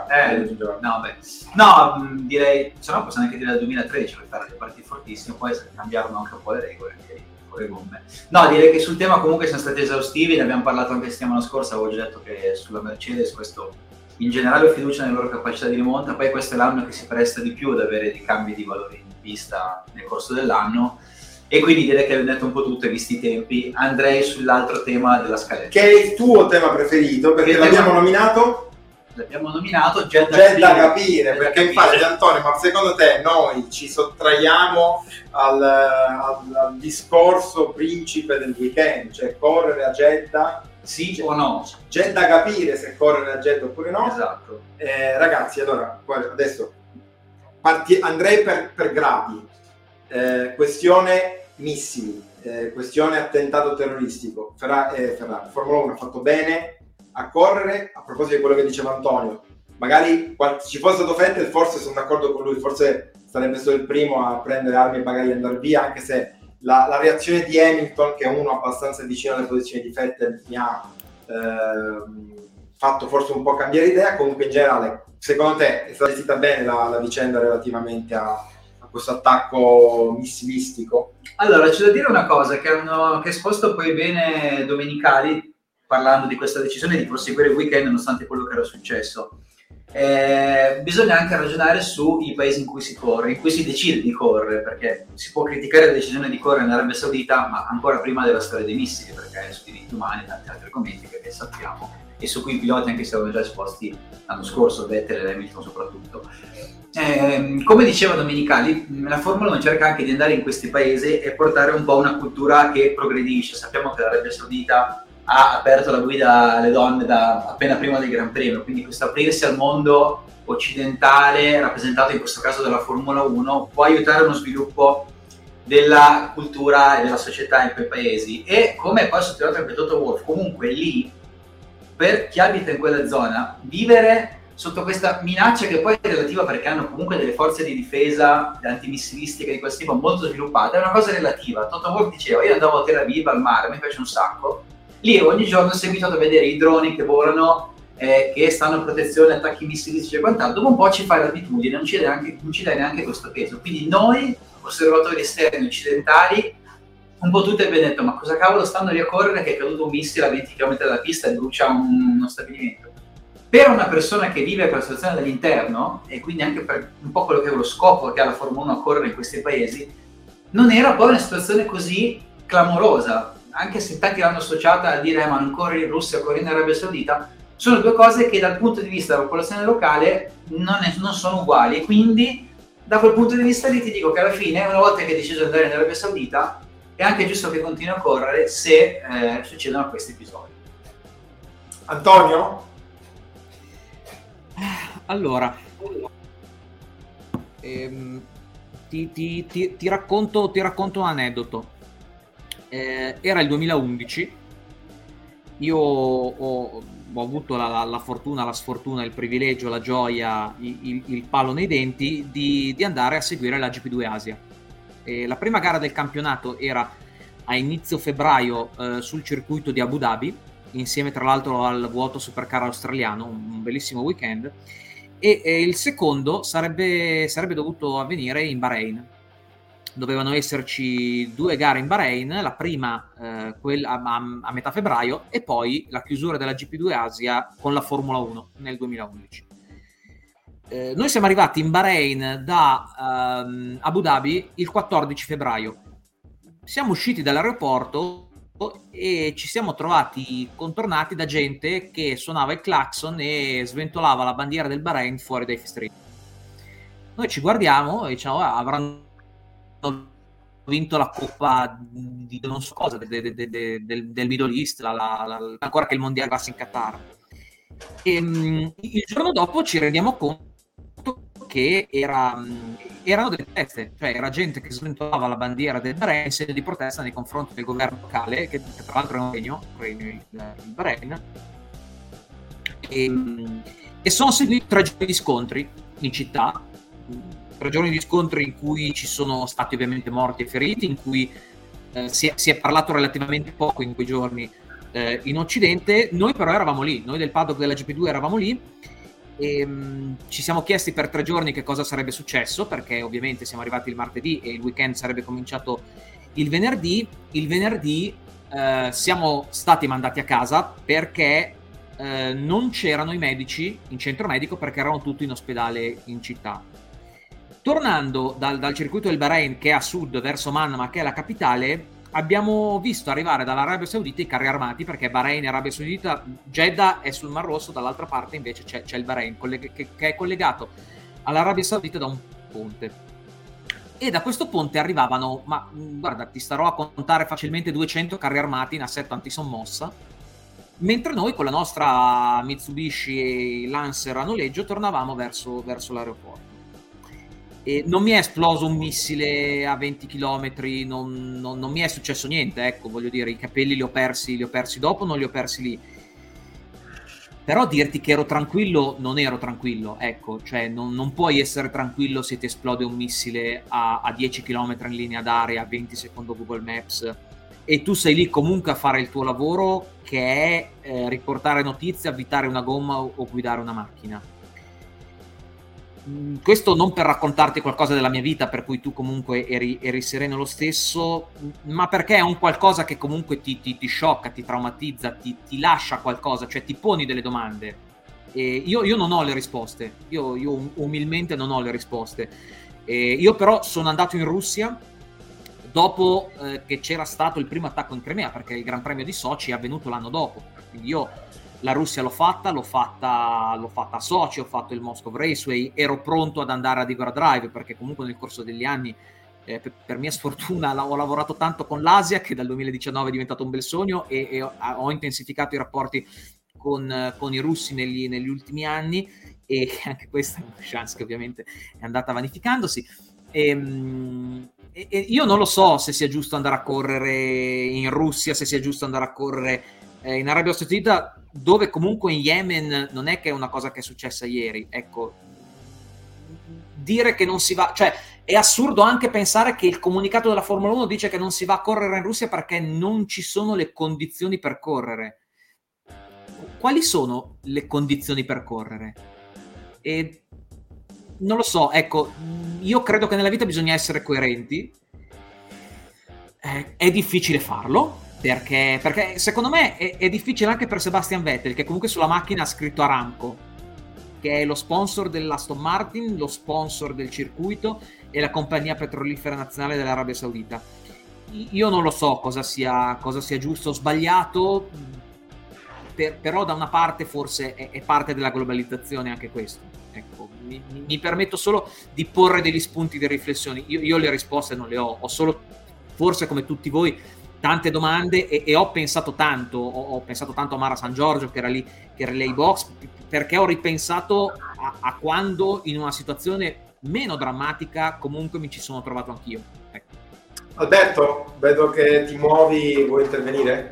no, direi, se no possiamo anche dire dal 2013 per fare le partite fortissime, poi cambiarono anche un po' le regole, con le gomme. No, direi che sul tema comunque siamo stati esaustivi, ne abbiamo parlato anche la settimana scorsa, avevo già detto che sulla Mercedes questo, in generale ho fiducia nelle loro capacità di rimonta, poi questo è l'anno che si presta di più ad avere dei cambi di valori in pista nel corso dell'anno, e quindi direi che abbiamo detto un po' tutto e visti i tempi. Andrei sull'altro tema della scaletta, che è il tuo tema preferito, perché l'abbiamo nominato Jeddah capire, perché infatti Antonio, ma secondo te noi ci sottraiamo al discorso principe del weekend, cioè correre a Jeddah, sì o no? Jeddah capire se correre a Jeddah oppure no. Esatto. Ragazzi, allora adesso andrei per gradi. Questione missili, questione attentato terroristico. Ferrari, Formula 1 ha fatto bene a correre. A proposito di quello che diceva Antonio, magari se ci fosse stato Vettel, forse sono d'accordo con lui, forse sarebbe stato il primo a prendere armi e bagagli e andare via, anche se la reazione di Hamilton, che è uno abbastanza vicino alle posizioni di Vettel, mi ha fatto forse un po' cambiare idea. Comunque in generale, secondo te è stata gestita bene la vicenda relativamente a questo attacco missilistico? Allora, c'è da dire una cosa, che hanno esposto poi bene Domenicali, parlando di questa decisione di proseguire il weekend nonostante quello che era successo. Bisogna anche ragionare sui paesi in cui si corre, in cui si decide di correre, perché si può criticare la decisione di correre in Arabia Saudita, ma ancora prima della storia dei missili, perché su diritti umani e tanti altri argomenti che sappiamo e su cui i piloti anche si erano già esposti l'anno scorso, Vettel e Hamilton soprattutto. Come diceva Domenicali, la Formula 1 cerca anche di andare in questi paesi e portare un po' una cultura che progredisce. Sappiamo che l'Arabia Saudita ha aperto la guida alle donne da appena prima del Gran Premio, quindi questo aprirsi al mondo occidentale, rappresentato in questo caso dalla Formula 1, può aiutare uno sviluppo della cultura e della società in quei paesi. E come poi ha sottolineato anche Toto Wolff, comunque lì, per chi abita in quella zona, vivere sotto questa minaccia, che poi è relativa perché hanno comunque delle forze di difesa antimissilistiche di questo tipo molto sviluppate, è una cosa relativa. Toto Wolff diceva: io andavo a Tel Aviv al mare, mi piace un sacco, lì ogni giorno ho seguito a vedere i droni che volano, che stanno a protezione, attacchi missilistici e quant'altro. Dopo un po' ci fai l'abitudine, non ci dai neanche questo peso. Quindi noi, osservatori esterni occidentali, un po' tutti abbiamo detto: ma cosa cavolo stanno lì a correre che è caduto un missile a 20 km dalla pista e brucia uno stabilimento? Per una persona che vive quella situazione dall'interno, e quindi anche per un po' quello che è lo scopo che ha la Formula 1 a correre in questi paesi, non era poi una situazione così clamorosa, anche se tanti l'hanno associata a dire ma non corri in Russia, corri in Arabia Saudita. Sono due cose che dal punto di vista della popolazione locale non sono uguali, quindi da quel punto di vista lì ti dico che alla fine, una volta che hai deciso di andare in Arabia Saudita, è anche giusto che continui a correre se succedono questi episodi. Antonio? Allora, ti racconto un aneddoto. Era il 2011, io ho avuto la fortuna, la sfortuna, il privilegio, la gioia, il palo nei denti di andare a seguire la GP2 Asia. La prima gara del campionato era a inizio febbraio sul circuito di Abu Dhabi, insieme tra l'altro al vuoto supercar australiano, un bellissimo weekend, e il secondo sarebbe dovuto avvenire in Bahrain. Dovevano esserci 2 gare in Bahrain, la prima quella a metà febbraio e poi la chiusura della GP2 Asia con la Formula 1 nel 2011. Noi siamo arrivati in Bahrain da Abu Dhabi il 14 febbraio. Siamo usciti dall'aeroporto e ci siamo trovati contornati da gente che suonava il clacson e sventolava la bandiera del Bahrain fuori dai festrini. Noi ci guardiamo e diciamo: avranno vinto la coppa di non so cosa del Middle East, ancora che il mondiale va in Qatar. E il giorno dopo ci rendiamo conto che erano delle proteste, cioè era gente che sventolava la bandiera del Bahrain in segno di protesta nei confronti del governo locale, che tra l'altro è un regno il Bahrain, e sono seguiti 3 giorni di scontri in città, 3 giorni di scontri in cui ci sono stati ovviamente morti e feriti, in cui si è parlato relativamente poco in quei giorni in Occidente. Noi però eravamo lì, noi del paddock della GP2 eravamo lì, e ci siamo chiesti per 3 giorni che cosa sarebbe successo, perché ovviamente siamo arrivati il martedì e il weekend sarebbe cominciato il venerdì. Il venerdì siamo stati mandati a casa perché non c'erano i medici in centro medico, perché erano tutti in ospedale in città. Tornando dal circuito del Bahrain, che è a sud verso Manama, che è la capitale, abbiamo visto arrivare dall'Arabia Saudita i carri armati, perché Bahrain e Arabia Saudita, Jeddah è sul Mar Rosso, dall'altra parte invece c'è il Bahrain che è collegato all'Arabia Saudita da un ponte, e da questo ponte arrivavano, ma guarda, ti starò a contare facilmente 200 carri armati in assetto antisommossa, mentre noi con la nostra Mitsubishi Lancer a noleggio tornavamo verso l'aeroporto. E non mi è esploso un missile a 20 km, non mi è successo niente, ecco, voglio dire, i capelli li ho persi dopo, non li ho persi lì. Però dirti che ero tranquillo, non ero tranquillo, ecco, cioè non puoi essere tranquillo se ti esplode un missile a 10 km in linea d'aria, a 20 secondo Google Maps, e tu sei lì comunque a fare il tuo lavoro, che è riportare notizie, avvitare una gomma o guidare una macchina. Questo non per raccontarti qualcosa della mia vita, per cui tu comunque eri sereno lo stesso, ma perché è un qualcosa che comunque ti sciocca, ti traumatizza, ti lascia qualcosa, cioè ti poni delle domande. E io non ho le risposte, io umilmente non ho le risposte. Io però sono andato in Russia dopo che c'era stato il primo attacco in Crimea, perché il Gran Premio di Sochi è avvenuto l'anno dopo, quindi io la Russia l'ho fatta a Sochi, ho fatto il Moscow Raceway, ero pronto ad andare ad Igor Drive, perché comunque nel corso degli anni, per mia sfortuna, ho lavorato tanto con l'Asia che dal 2019 è diventato un bel sogno, e ho intensificato i rapporti con i russi negli ultimi anni, e anche questa è una chance che ovviamente è andata vanificandosi. E io non lo so se sia giusto andare a correre in Russia, se sia giusto andare a correre in Arabia Saudita, dove comunque in Yemen non è che è una cosa che è successa ieri. Ecco, dire che non si va, cioè è assurdo anche pensare che il comunicato della Formula 1 dice che non si va a correre in Russia perché non ci sono le condizioni per correre. Quali sono le condizioni per correre? E non lo so, ecco, io credo che nella vita bisogna essere coerenti. È difficile farlo, perché secondo me è difficile anche per Sebastian Vettel, che comunque sulla macchina ha scritto Aramco, che è lo sponsor dell'Aston Martin, lo sponsor del circuito e la compagnia petrolifera nazionale dell'Arabia Saudita. Io non lo so cosa sia giusto o sbagliato, però da una parte forse è parte della globalizzazione anche questo. Ecco, mi permetto solo di porre degli spunti di riflessione. Io le risposte non le ho solo, forse come tutti voi, tante domande, e ho pensato tanto, ho pensato tanto a Mara San Giorgio, che era lì, che era lei box, perché ho ripensato a quando in una situazione meno drammatica comunque mi ci sono trovato anch'io. Ecco. Alberto, vedo che ti muovi, vuoi intervenire?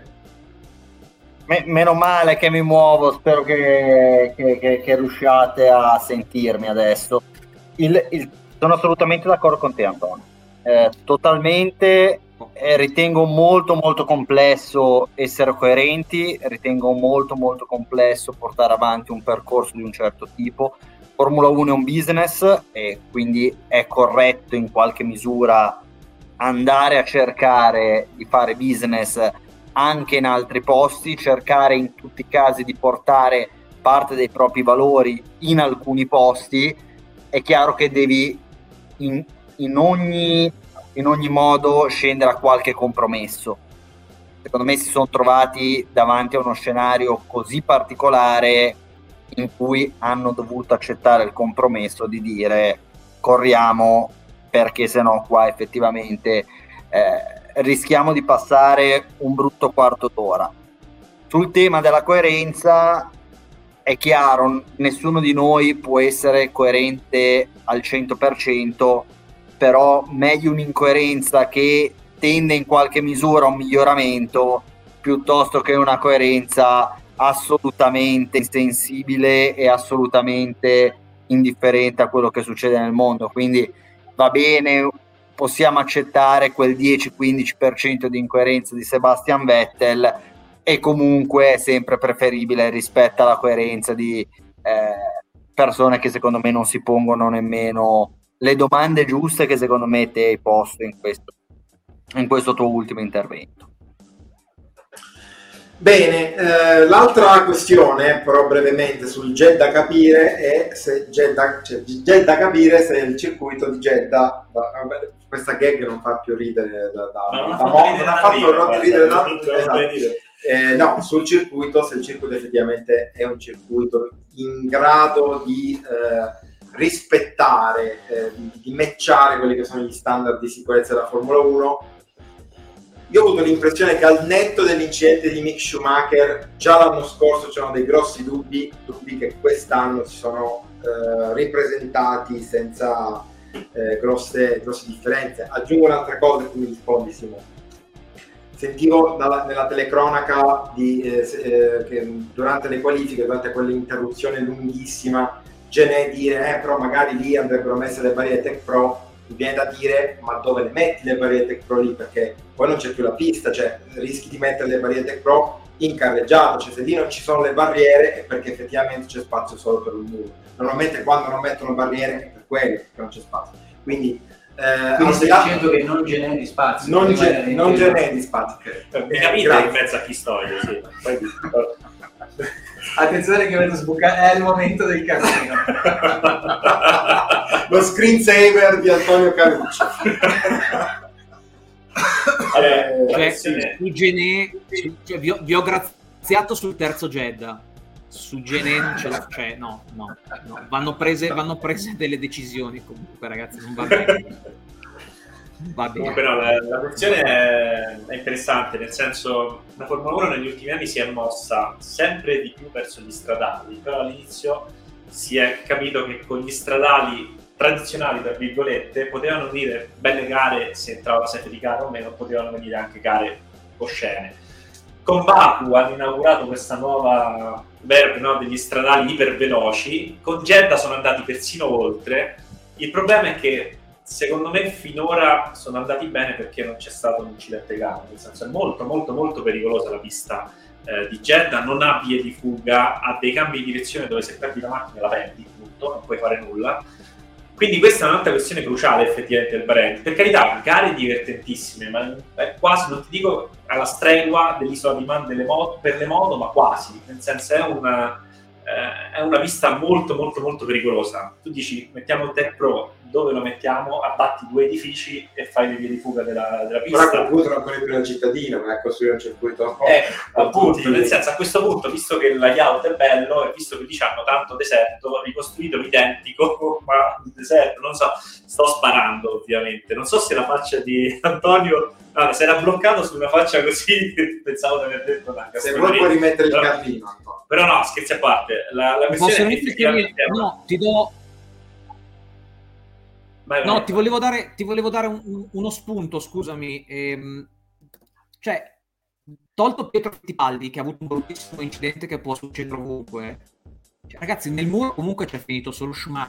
Meno male che mi muovo, spero che riusciate a sentirmi adesso. Sono assolutamente d'accordo con te, Antonio. Totalmente, ritengo molto molto complesso essere coerenti, ritengo molto molto complesso portare avanti un percorso di un certo tipo. Formula 1 è un business e quindi è corretto in qualche misura andare a cercare di fare business anche in altri posti, cercare in tutti i casi di portare parte dei propri valori in alcuni posti. È chiaro che devi in ogni modo scendere a qualche compromesso. Secondo me si sono trovati davanti a uno scenario così particolare in cui hanno dovuto accettare il compromesso di dire corriamo, perché sennò qua effettivamente rischiamo di passare un brutto quarto d'ora. Sul tema della coerenza è chiaro, nessuno di noi può essere coerente al 100%, però meglio un'incoerenza che tende in qualche misura a un miglioramento piuttosto che una coerenza assolutamente insensibile e assolutamente indifferente a quello che succede nel mondo. Quindi va bene, possiamo accettare quel 10-15% di incoerenza di Sebastian Vettel, e comunque è sempre preferibile rispetto alla coerenza di persone che secondo me non si pongono nemmeno le domande giuste che secondo me te hai posto in questo tuo ultimo intervento. Bene, l'altra questione, però brevemente, sul Jeddah capire è se Jeddah capire se il circuito di Jeddah, questa gag non fa più ridere no, sul circuito, se il circuito effettivamente è un circuito in grado di rispettare, di matchare quelli che sono gli standard di sicurezza della Formula 1. Io ho avuto l'impressione che al netto dell'incidente di Mick Schumacher, già l'anno scorso c'erano dei grossi dubbi che quest'anno si sono ripresentati senza grosse differenze. Aggiungo un'altra cosa e tu mi rispondi, Simone. Sentivo nella telecronaca che durante le qualifiche, durante quell'interruzione lunghissima, Genè dire però magari lì andrebbero messe le barriere Tech Pro. mi viene da dire, ma dove le metti le barriere Tech Pro lì? Perché poi non c'è più la pista, cioè rischi di mettere le barriere Tech Pro in carreggiata, cioè se lì non ci sono le barriere è perché effettivamente c'è spazio solo per un muro. Normalmente quando non mettono barriere è per quello che non c'è spazio. Quindi stai dicendo che non generi spazio, non generi spazio. Mi capite in mezzo a chi sto io, sì. Attenzione che vedo sbucare, è il momento del casino. Lo screensaver di Antonio Carucci. Su Genè, vi ho graziato sul terzo Jeddah. Su Genè non ce la c'è, no. Vanno prese delle decisioni comunque, ragazzi, non va bene. Va bene. Comunque no, la questione è interessante, nel senso la Formula 1 negli ultimi anni si è mossa sempre di più verso gli stradali, però all'inizio si è capito che con gli stradali tradizionali, tra virgolette, potevano venire belle gare se entrava sette di gara o meno, potevano venire anche gare oscene. Con Baku hanno inaugurato questa nuova verve, no, degli stradali iperveloci, con Jeddah sono andati persino oltre. Il problema è che secondo me finora sono andati bene perché non c'è stato un incidente grave, nel senso è molto molto molto pericolosa la pista di Jeddah, non ha vie di fuga, ha dei cambi di direzione dove se perdi la macchina la perdi, punto, non puoi fare nulla. Quindi questa è un'altra questione cruciale effettivamente del Bahrain. Per carità, gare divertentissime, ma è quasi, non ti dico alla stregua dell'Isola di Man per le moto, ma quasi, nel senso è una pista molto molto molto pericolosa. Tu dici mettiamo il Tech Pro, dove lo mettiamo? Abbatti due edifici e fai le vie di fuga della pista. Però computer ancora più una cittadina, ma è costruire un circuito appunto, nel senso, a questo punto, visto che il layout è bello e visto che diciamo tanto deserto, ricostruito l'identico ma il deserto, non so, sto sparando ovviamente, non so se la faccia di Antonio si era bloccato su una faccia così, pensavo di aver detto una se vuoi puoi rimettere il carrino. Però no, scherzi a parte, la questione è effettivamente no, ti do vai. No, ti volevo dare uno spunto, scusami. Cioè, tolto Pietro Fittipaldi, che ha avuto un bruttissimo incidente che può succedere ovunque. Cioè, ragazzi, nel muro comunque c'è finito solo Schumacher.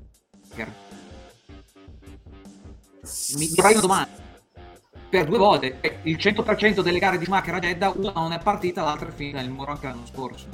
Mi fai una domanda. Per 2 volte, il 100% delle gare di Schumacher a Jeddah, una non è partita, l'altra è finita nel muro anche l'anno scorso.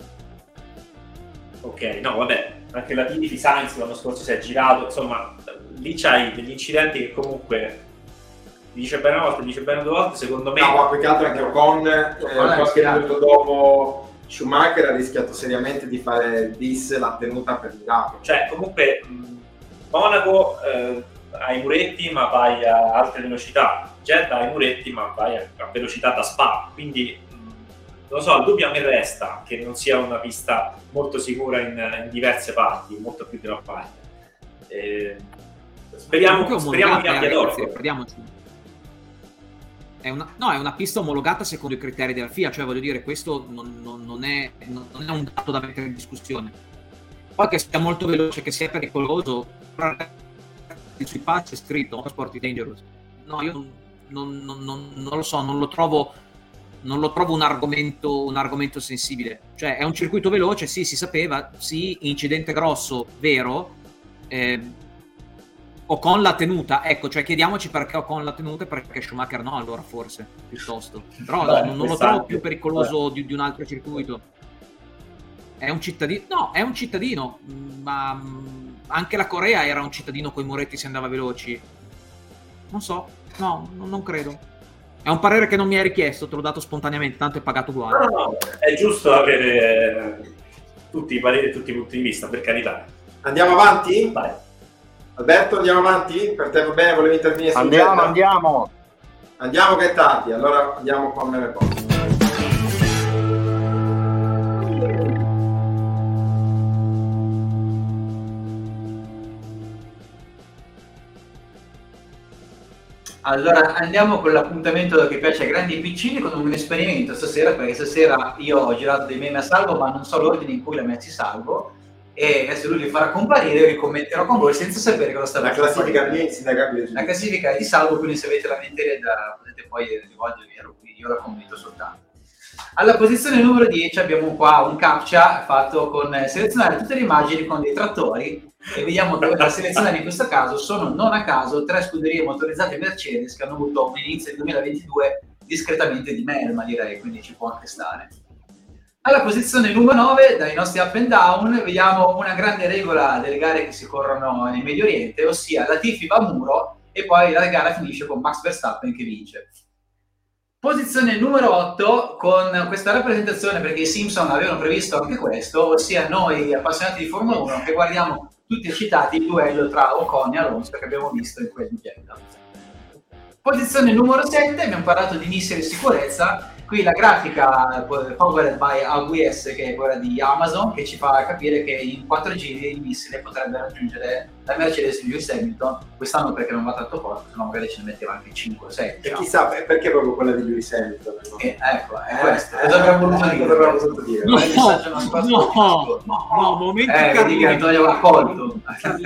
Ok, no, vabbè, anche la Titi di Sainz l'anno scorso si è girato, insomma, lì c'hai degli incidenti che comunque dice bene una volta, dice bene 2 volte, secondo me. No, ma più che altro anche Ocon qualche minuto dopo Schumacher ha rischiato seriamente di fare l'ha tenuta per miracolo. Cioè, comunque, Monaco ai muretti ma vai a alte velocità, Jeddah ai muretti ma vai a velocità da Spa, quindi non lo so, il dubbio a me resta che non sia una pista molto sicura in diverse parti, molto più di una parte. Speriamo che abbia torto. È una pista omologata secondo i criteri della FIA, cioè voglio dire, questo non è un dato da mettere in discussione. Poi che sia molto veloce, che sia pericoloso, sui patch è scritto Sport Dangerous. No, io non lo so, non lo trovo un argomento sensibile. Cioè è un circuito veloce, sì, si sapeva, sì, incidente grosso, vero. Ocon l'ha tenuta, ecco, cioè chiediamoci perché Ocon l'ha tenuta e perché Schumacher no, allora forse, piuttosto. Però non lo trovo più pericoloso di un altro circuito. È un cittadino, ma anche la Corea era un cittadino coi muretti se andava veloci. Non so, no, non credo. È un parere che non mi hai richiesto, te l'ho dato spontaneamente, tanto è pagato uguale. No, è giusto avere tutti i pareri e tutti i punti di vista, per carità. Andiamo avanti? Vai. Alberto, andiamo avanti? Per te va bene? Volevi intervenire su Andiamo. Andiamo che è tardi, allora andiamo con le cose. Allora andiamo con l'appuntamento che piace ai grandi e piccini, con un esperimento stasera, perché stasera io ho girato dei meme a salvo, ma non so l'ordine in cui li ho messi salvo, e adesso lui li farà comparire, io li commenterò con voi senza sapere cosa sta facendo. La classifica di insindacabile. La classifica è di salvo, quindi se avete lamentele potete poi rivolgervi a lui, io la commento soltanto. Alla posizione numero 10 abbiamo qua un captcha fatto con selezionare tutte le immagini con dei trattori, e vediamo che da selezionare in questo caso sono non a caso 3 scuderie motorizzate Mercedes che hanno avuto un inizio del 2022 discretamente di melma, direi, quindi ci può anche stare. Alla posizione numero 9, dai nostri up and down, vediamo una grande regola delle gare che si corrono nel Medio Oriente, ossia Latifi va a muro e poi la gara finisce con Max Verstappen che vince. Posizione numero 8, con questa rappresentazione, perché i Simpson avevano previsto anche questo, ossia noi appassionati di Formula 1 che guardiamo tutti eccitati il duello tra Ocon e Alonso che abbiamo visto in quel weekend. Posizione numero 7, abbiamo parlato di missili di sicurezza. Qui la grafica powered by AWS, che è quella di Amazon, che ci fa capire che in 4 giri il missile potrebbe raggiungere la Mercedes di Lewis Hamilton. Quest'anno perché non va tanto forte, se no magari ce ne metteva anche 5 o 6. E chissà perché proprio quella di Lewis Hamilton. No? Ecco, è questo. Cosa avremmo voluto dire? No, momento vedi che Antonio l'ha colto.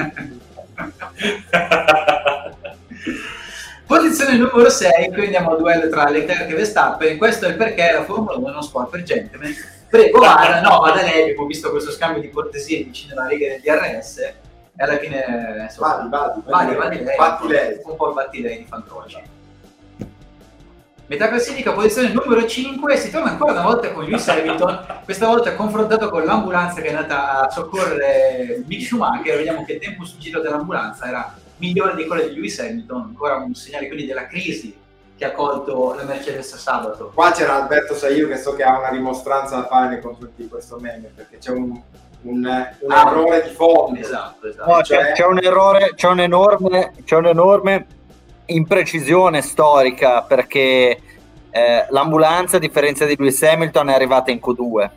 Posizione numero 6, qui andiamo a duello tra Leclerc e Verstappen. Questo è perché la Formula 1 è uno sport per gentleman. Prego, vada lei, ho visto questo scambio di cortesie vicino alla riga del DRS e alla fine insomma, vadi lei, un po' il batti lei di Fantocci. Metà classifica, posizione numero 5, si torna ancora una volta con Lewis Hamilton, questa volta confrontato con l'ambulanza che è andata a soccorrere Mick Schumacher. Vediamo che il tempo sul giro dell'ambulanza era migliore di quello di Lewis Hamilton, ancora un segnale quindi della crisi che ha colto la Mercedes sabato. Qua c'era Alberto Saiu che so che ha unarimostranza da fare nei confronti di questo meme, perché c'è un errore di fondo. Esatto. No, c'è un errore, c'è un'enorme imprecisione storica, perché l'ambulanza, a differenza di Lewis Hamilton, è arrivata in Q2.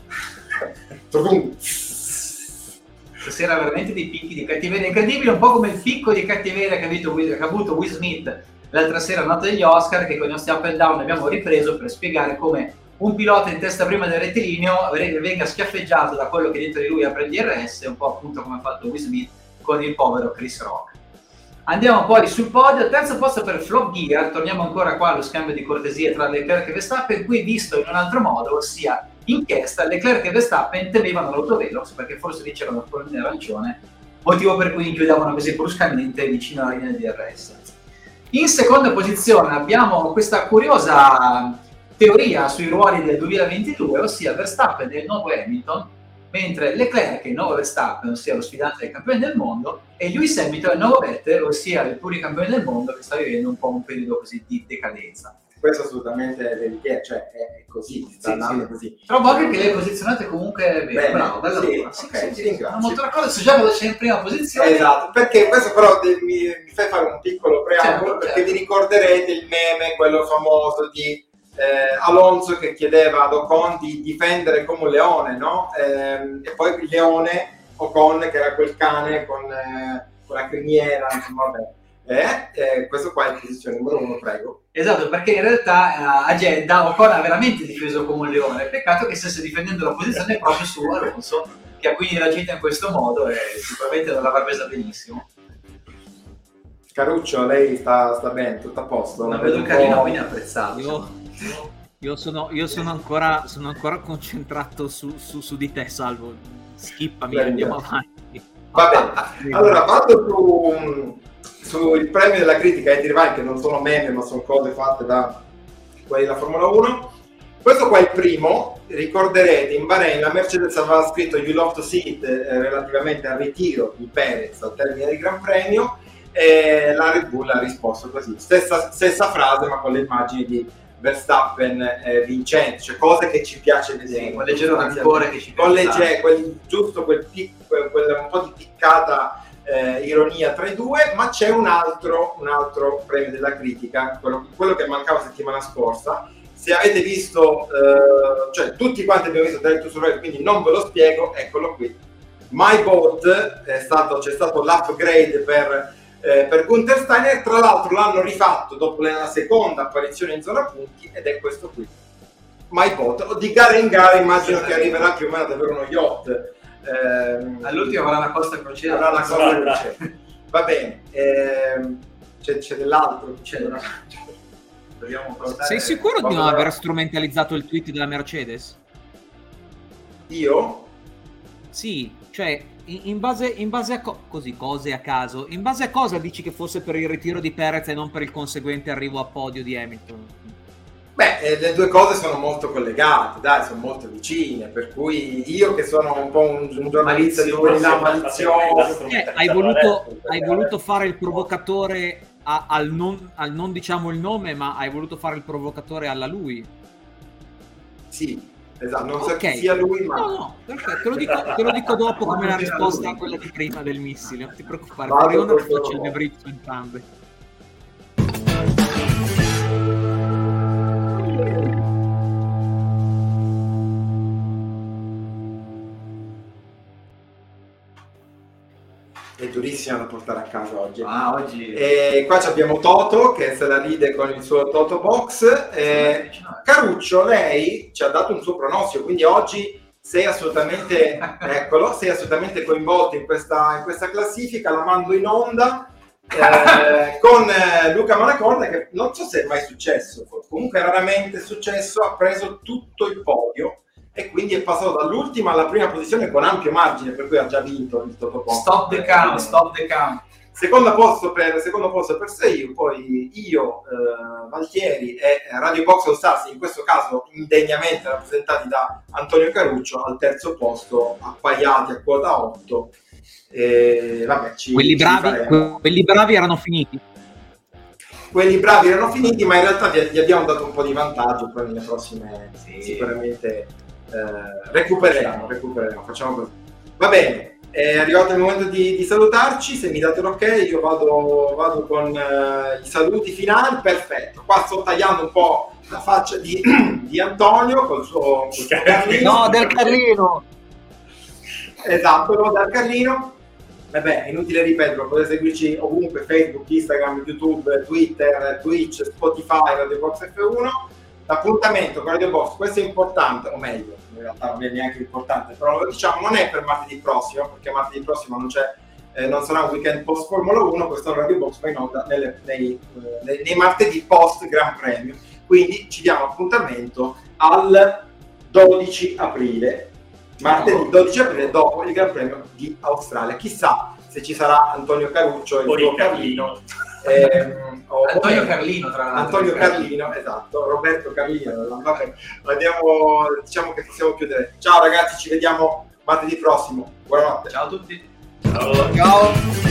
Stasera veramente dei picchi di cattiveria incredibili, un po' come il picco di cattiveria che ha avuto Will Smith l'altra sera notte degli Oscar, che con i nostri up and down abbiamo ripreso per spiegare come un pilota in testa prima del rettilineo venga schiaffeggiato da quello che dietro di lui apre il DRS, un po' appunto come ha fatto Will Smith con il povero Chris Rock. Andiamo poi sul podio, terzo posto per Flop Gear, torniamo ancora qua allo scambio di cortesie tra Leclerc e Verstappen, qui visto in un altro modo, ossia inchiesta, Leclerc e Verstappen temevano l'autovelox perché forse lì c'era una colonna arancione, motivo per cui chiudevano così bruscamente vicino alla linea di DRS. In seconda posizione abbiamo questa curiosa teoria sui ruoli del 2022, ossia Verstappen è il nuovo Hamilton, mentre Leclerc è il nuovo Verstappen, ossia lo sfidante del campione del mondo, e Lewis Hamilton è il nuovo Vettel, ossia il pluricampione del mondo che sta vivendo un po' un periodo così di decadenza. Questo assolutamente è veritiero, cioè è così, sta andando così. Trovo anche che le posizionate comunque bene, bravo, bello. Ti ringrazio. Sono molto d'accordo, so già cosa c'è in prima posizione. Esatto, perché questo però mi fai fare un piccolo preambolo, perché vi ricorderete il meme, quello famoso di Alonso che chiedeva ad Ocon di difendere come un leone, no? E poi il leone, Ocon, che era quel cane con la criniera, insomma, vabbè. Questo qua è in posizione numero 1, prego. Esatto, perché in realtà a Jeddah Ocon ha veramente difeso come un leone, peccato che stesse difendendo la posizione proprio su Alonso, che ha quindi reagito in questo modo e sicuramente non l'avrà presa benissimo. Caruccio, lei sta bene, tutto a posto? La vedo carino, quindi apprezzato. Io sono ancora concentrato su di te, Salvo. Skippami, andiamo avanti. Va bene, allora vado sul premio della critica e Irvine, che non sono meme ma sono cose fatte da quelli della Formula 1. Questo qua è il primo. Ricorderete, in Bahrain la Mercedes aveva scritto "You love to see it" relativamente al ritiro di Perez al termine del Gran Premio, e la Red Bull ha risposto così, stessa frase ma con le immagini di Verstappen vincente, cioè cose che ci piace vedere, sì, con leggero rancore che ci piace, giusto quel un po' di piccata ironia tra i due. Ma c'è un altro premio della critica, quello che mancava settimana scorsa. Se avete visto, cioè tutti quanti abbiamo visto Drive to Survive, quindi non ve lo spiego, eccolo qui. My Boat, c'è stato l'upgrade per Gunther Steiner, tra l'altro l'hanno rifatto dopo la seconda apparizione in zona punti, ed è questo qui, My Boat. Di gara in gara immagino che arriverà più o meno ad avere uno yacht. All'ultimo avrà una costa crociera. Va bene, c'è dell'altro, Dobbiamo portare... Sei sicuro di non aver strumentalizzato il tweet della Mercedes? Io? Sì, cioè in base a così cose a caso, in base a cosa dici che fosse per il ritiro di Perez e non per il conseguente arrivo a podio di Hamilton? Beh, le due cose sono molto collegate, dai, sono molto vicine, per cui io che sono un po' un giornalista di qualità malizioso... Hai voluto fare il provocatore al non diciamo il nome, ma hai voluto fare il provocatore alla lui? Sì, esatto, non so Ok. chi sia lui, ma... No, perfetto, te lo dico dopo come la risposta a quella di prima del missile, non ti preoccupare, Vado fuori onda ti proprio- faccio il debrief su entrambe. È durissima da portare a casa oggi. Ah, oggi... E qua abbiamo Toto che se la ride con il suo Toto Box. Caruccio, lei ci ha dato un suo pronostico, quindi oggi sei assolutamente, eccolo, sei assolutamente coinvolto in questa classifica. La mando in onda con Luca Manacorda, che non so se è mai successo, comunque raramente è successo, ha preso tutto il podio e quindi è passato dall'ultima alla prima posizione con ampio margine, per cui ha già vinto il Toto Box. Stop the count. Secondo posto per Seio, poi io, Valtieri e Radio Box All Stars, in questo caso indegnamente rappresentati da Antonio Caruccio, al terzo posto, appaiati a quota 8. Vabbè, Quelli bravi erano finiti. Quelli bravi erano finiti, ma in realtà gli abbiamo dato un po' di vantaggio, poi nelle prossime sicuramente recupereremo, facciamo così. Va bene, è arrivato il momento di salutarci. Se mi date l'ok io vado con i saluti finali. Perfetto, qua sto tagliando un po' la faccia di Antonio col suo Carlino. No, del Carlino. Esatto, no, dal Carlino. Vabbè, è inutile ripeterlo, potete seguirci ovunque: Facebook, Instagram, YouTube, Twitter, Twitch, Spotify, Radio Box F1. L'appuntamento con Radio Box, questo è importante, o meglio, in realtà non è neanche importante, però lo diciamo, non è per martedì prossimo, perché martedì prossimo non sarà un weekend post Formula 1, questo Radio Box va in onda nei martedì post Gran Premio, quindi ci diamo appuntamento al 12 aprile, martedì 12 aprile, dopo il Gran Premio di Australia. Chissà se ci sarà Antonio Caruccio e il suo Carlino. Antonio Carlino, tra l'altro. Antonio Carlino, esatto, Roberto Carlino. Vabbè, diciamo che possiamo chiudere. Ciao ragazzi, ci vediamo martedì prossimo. Buonanotte. Ciao a tutti. Ciao. Ciao.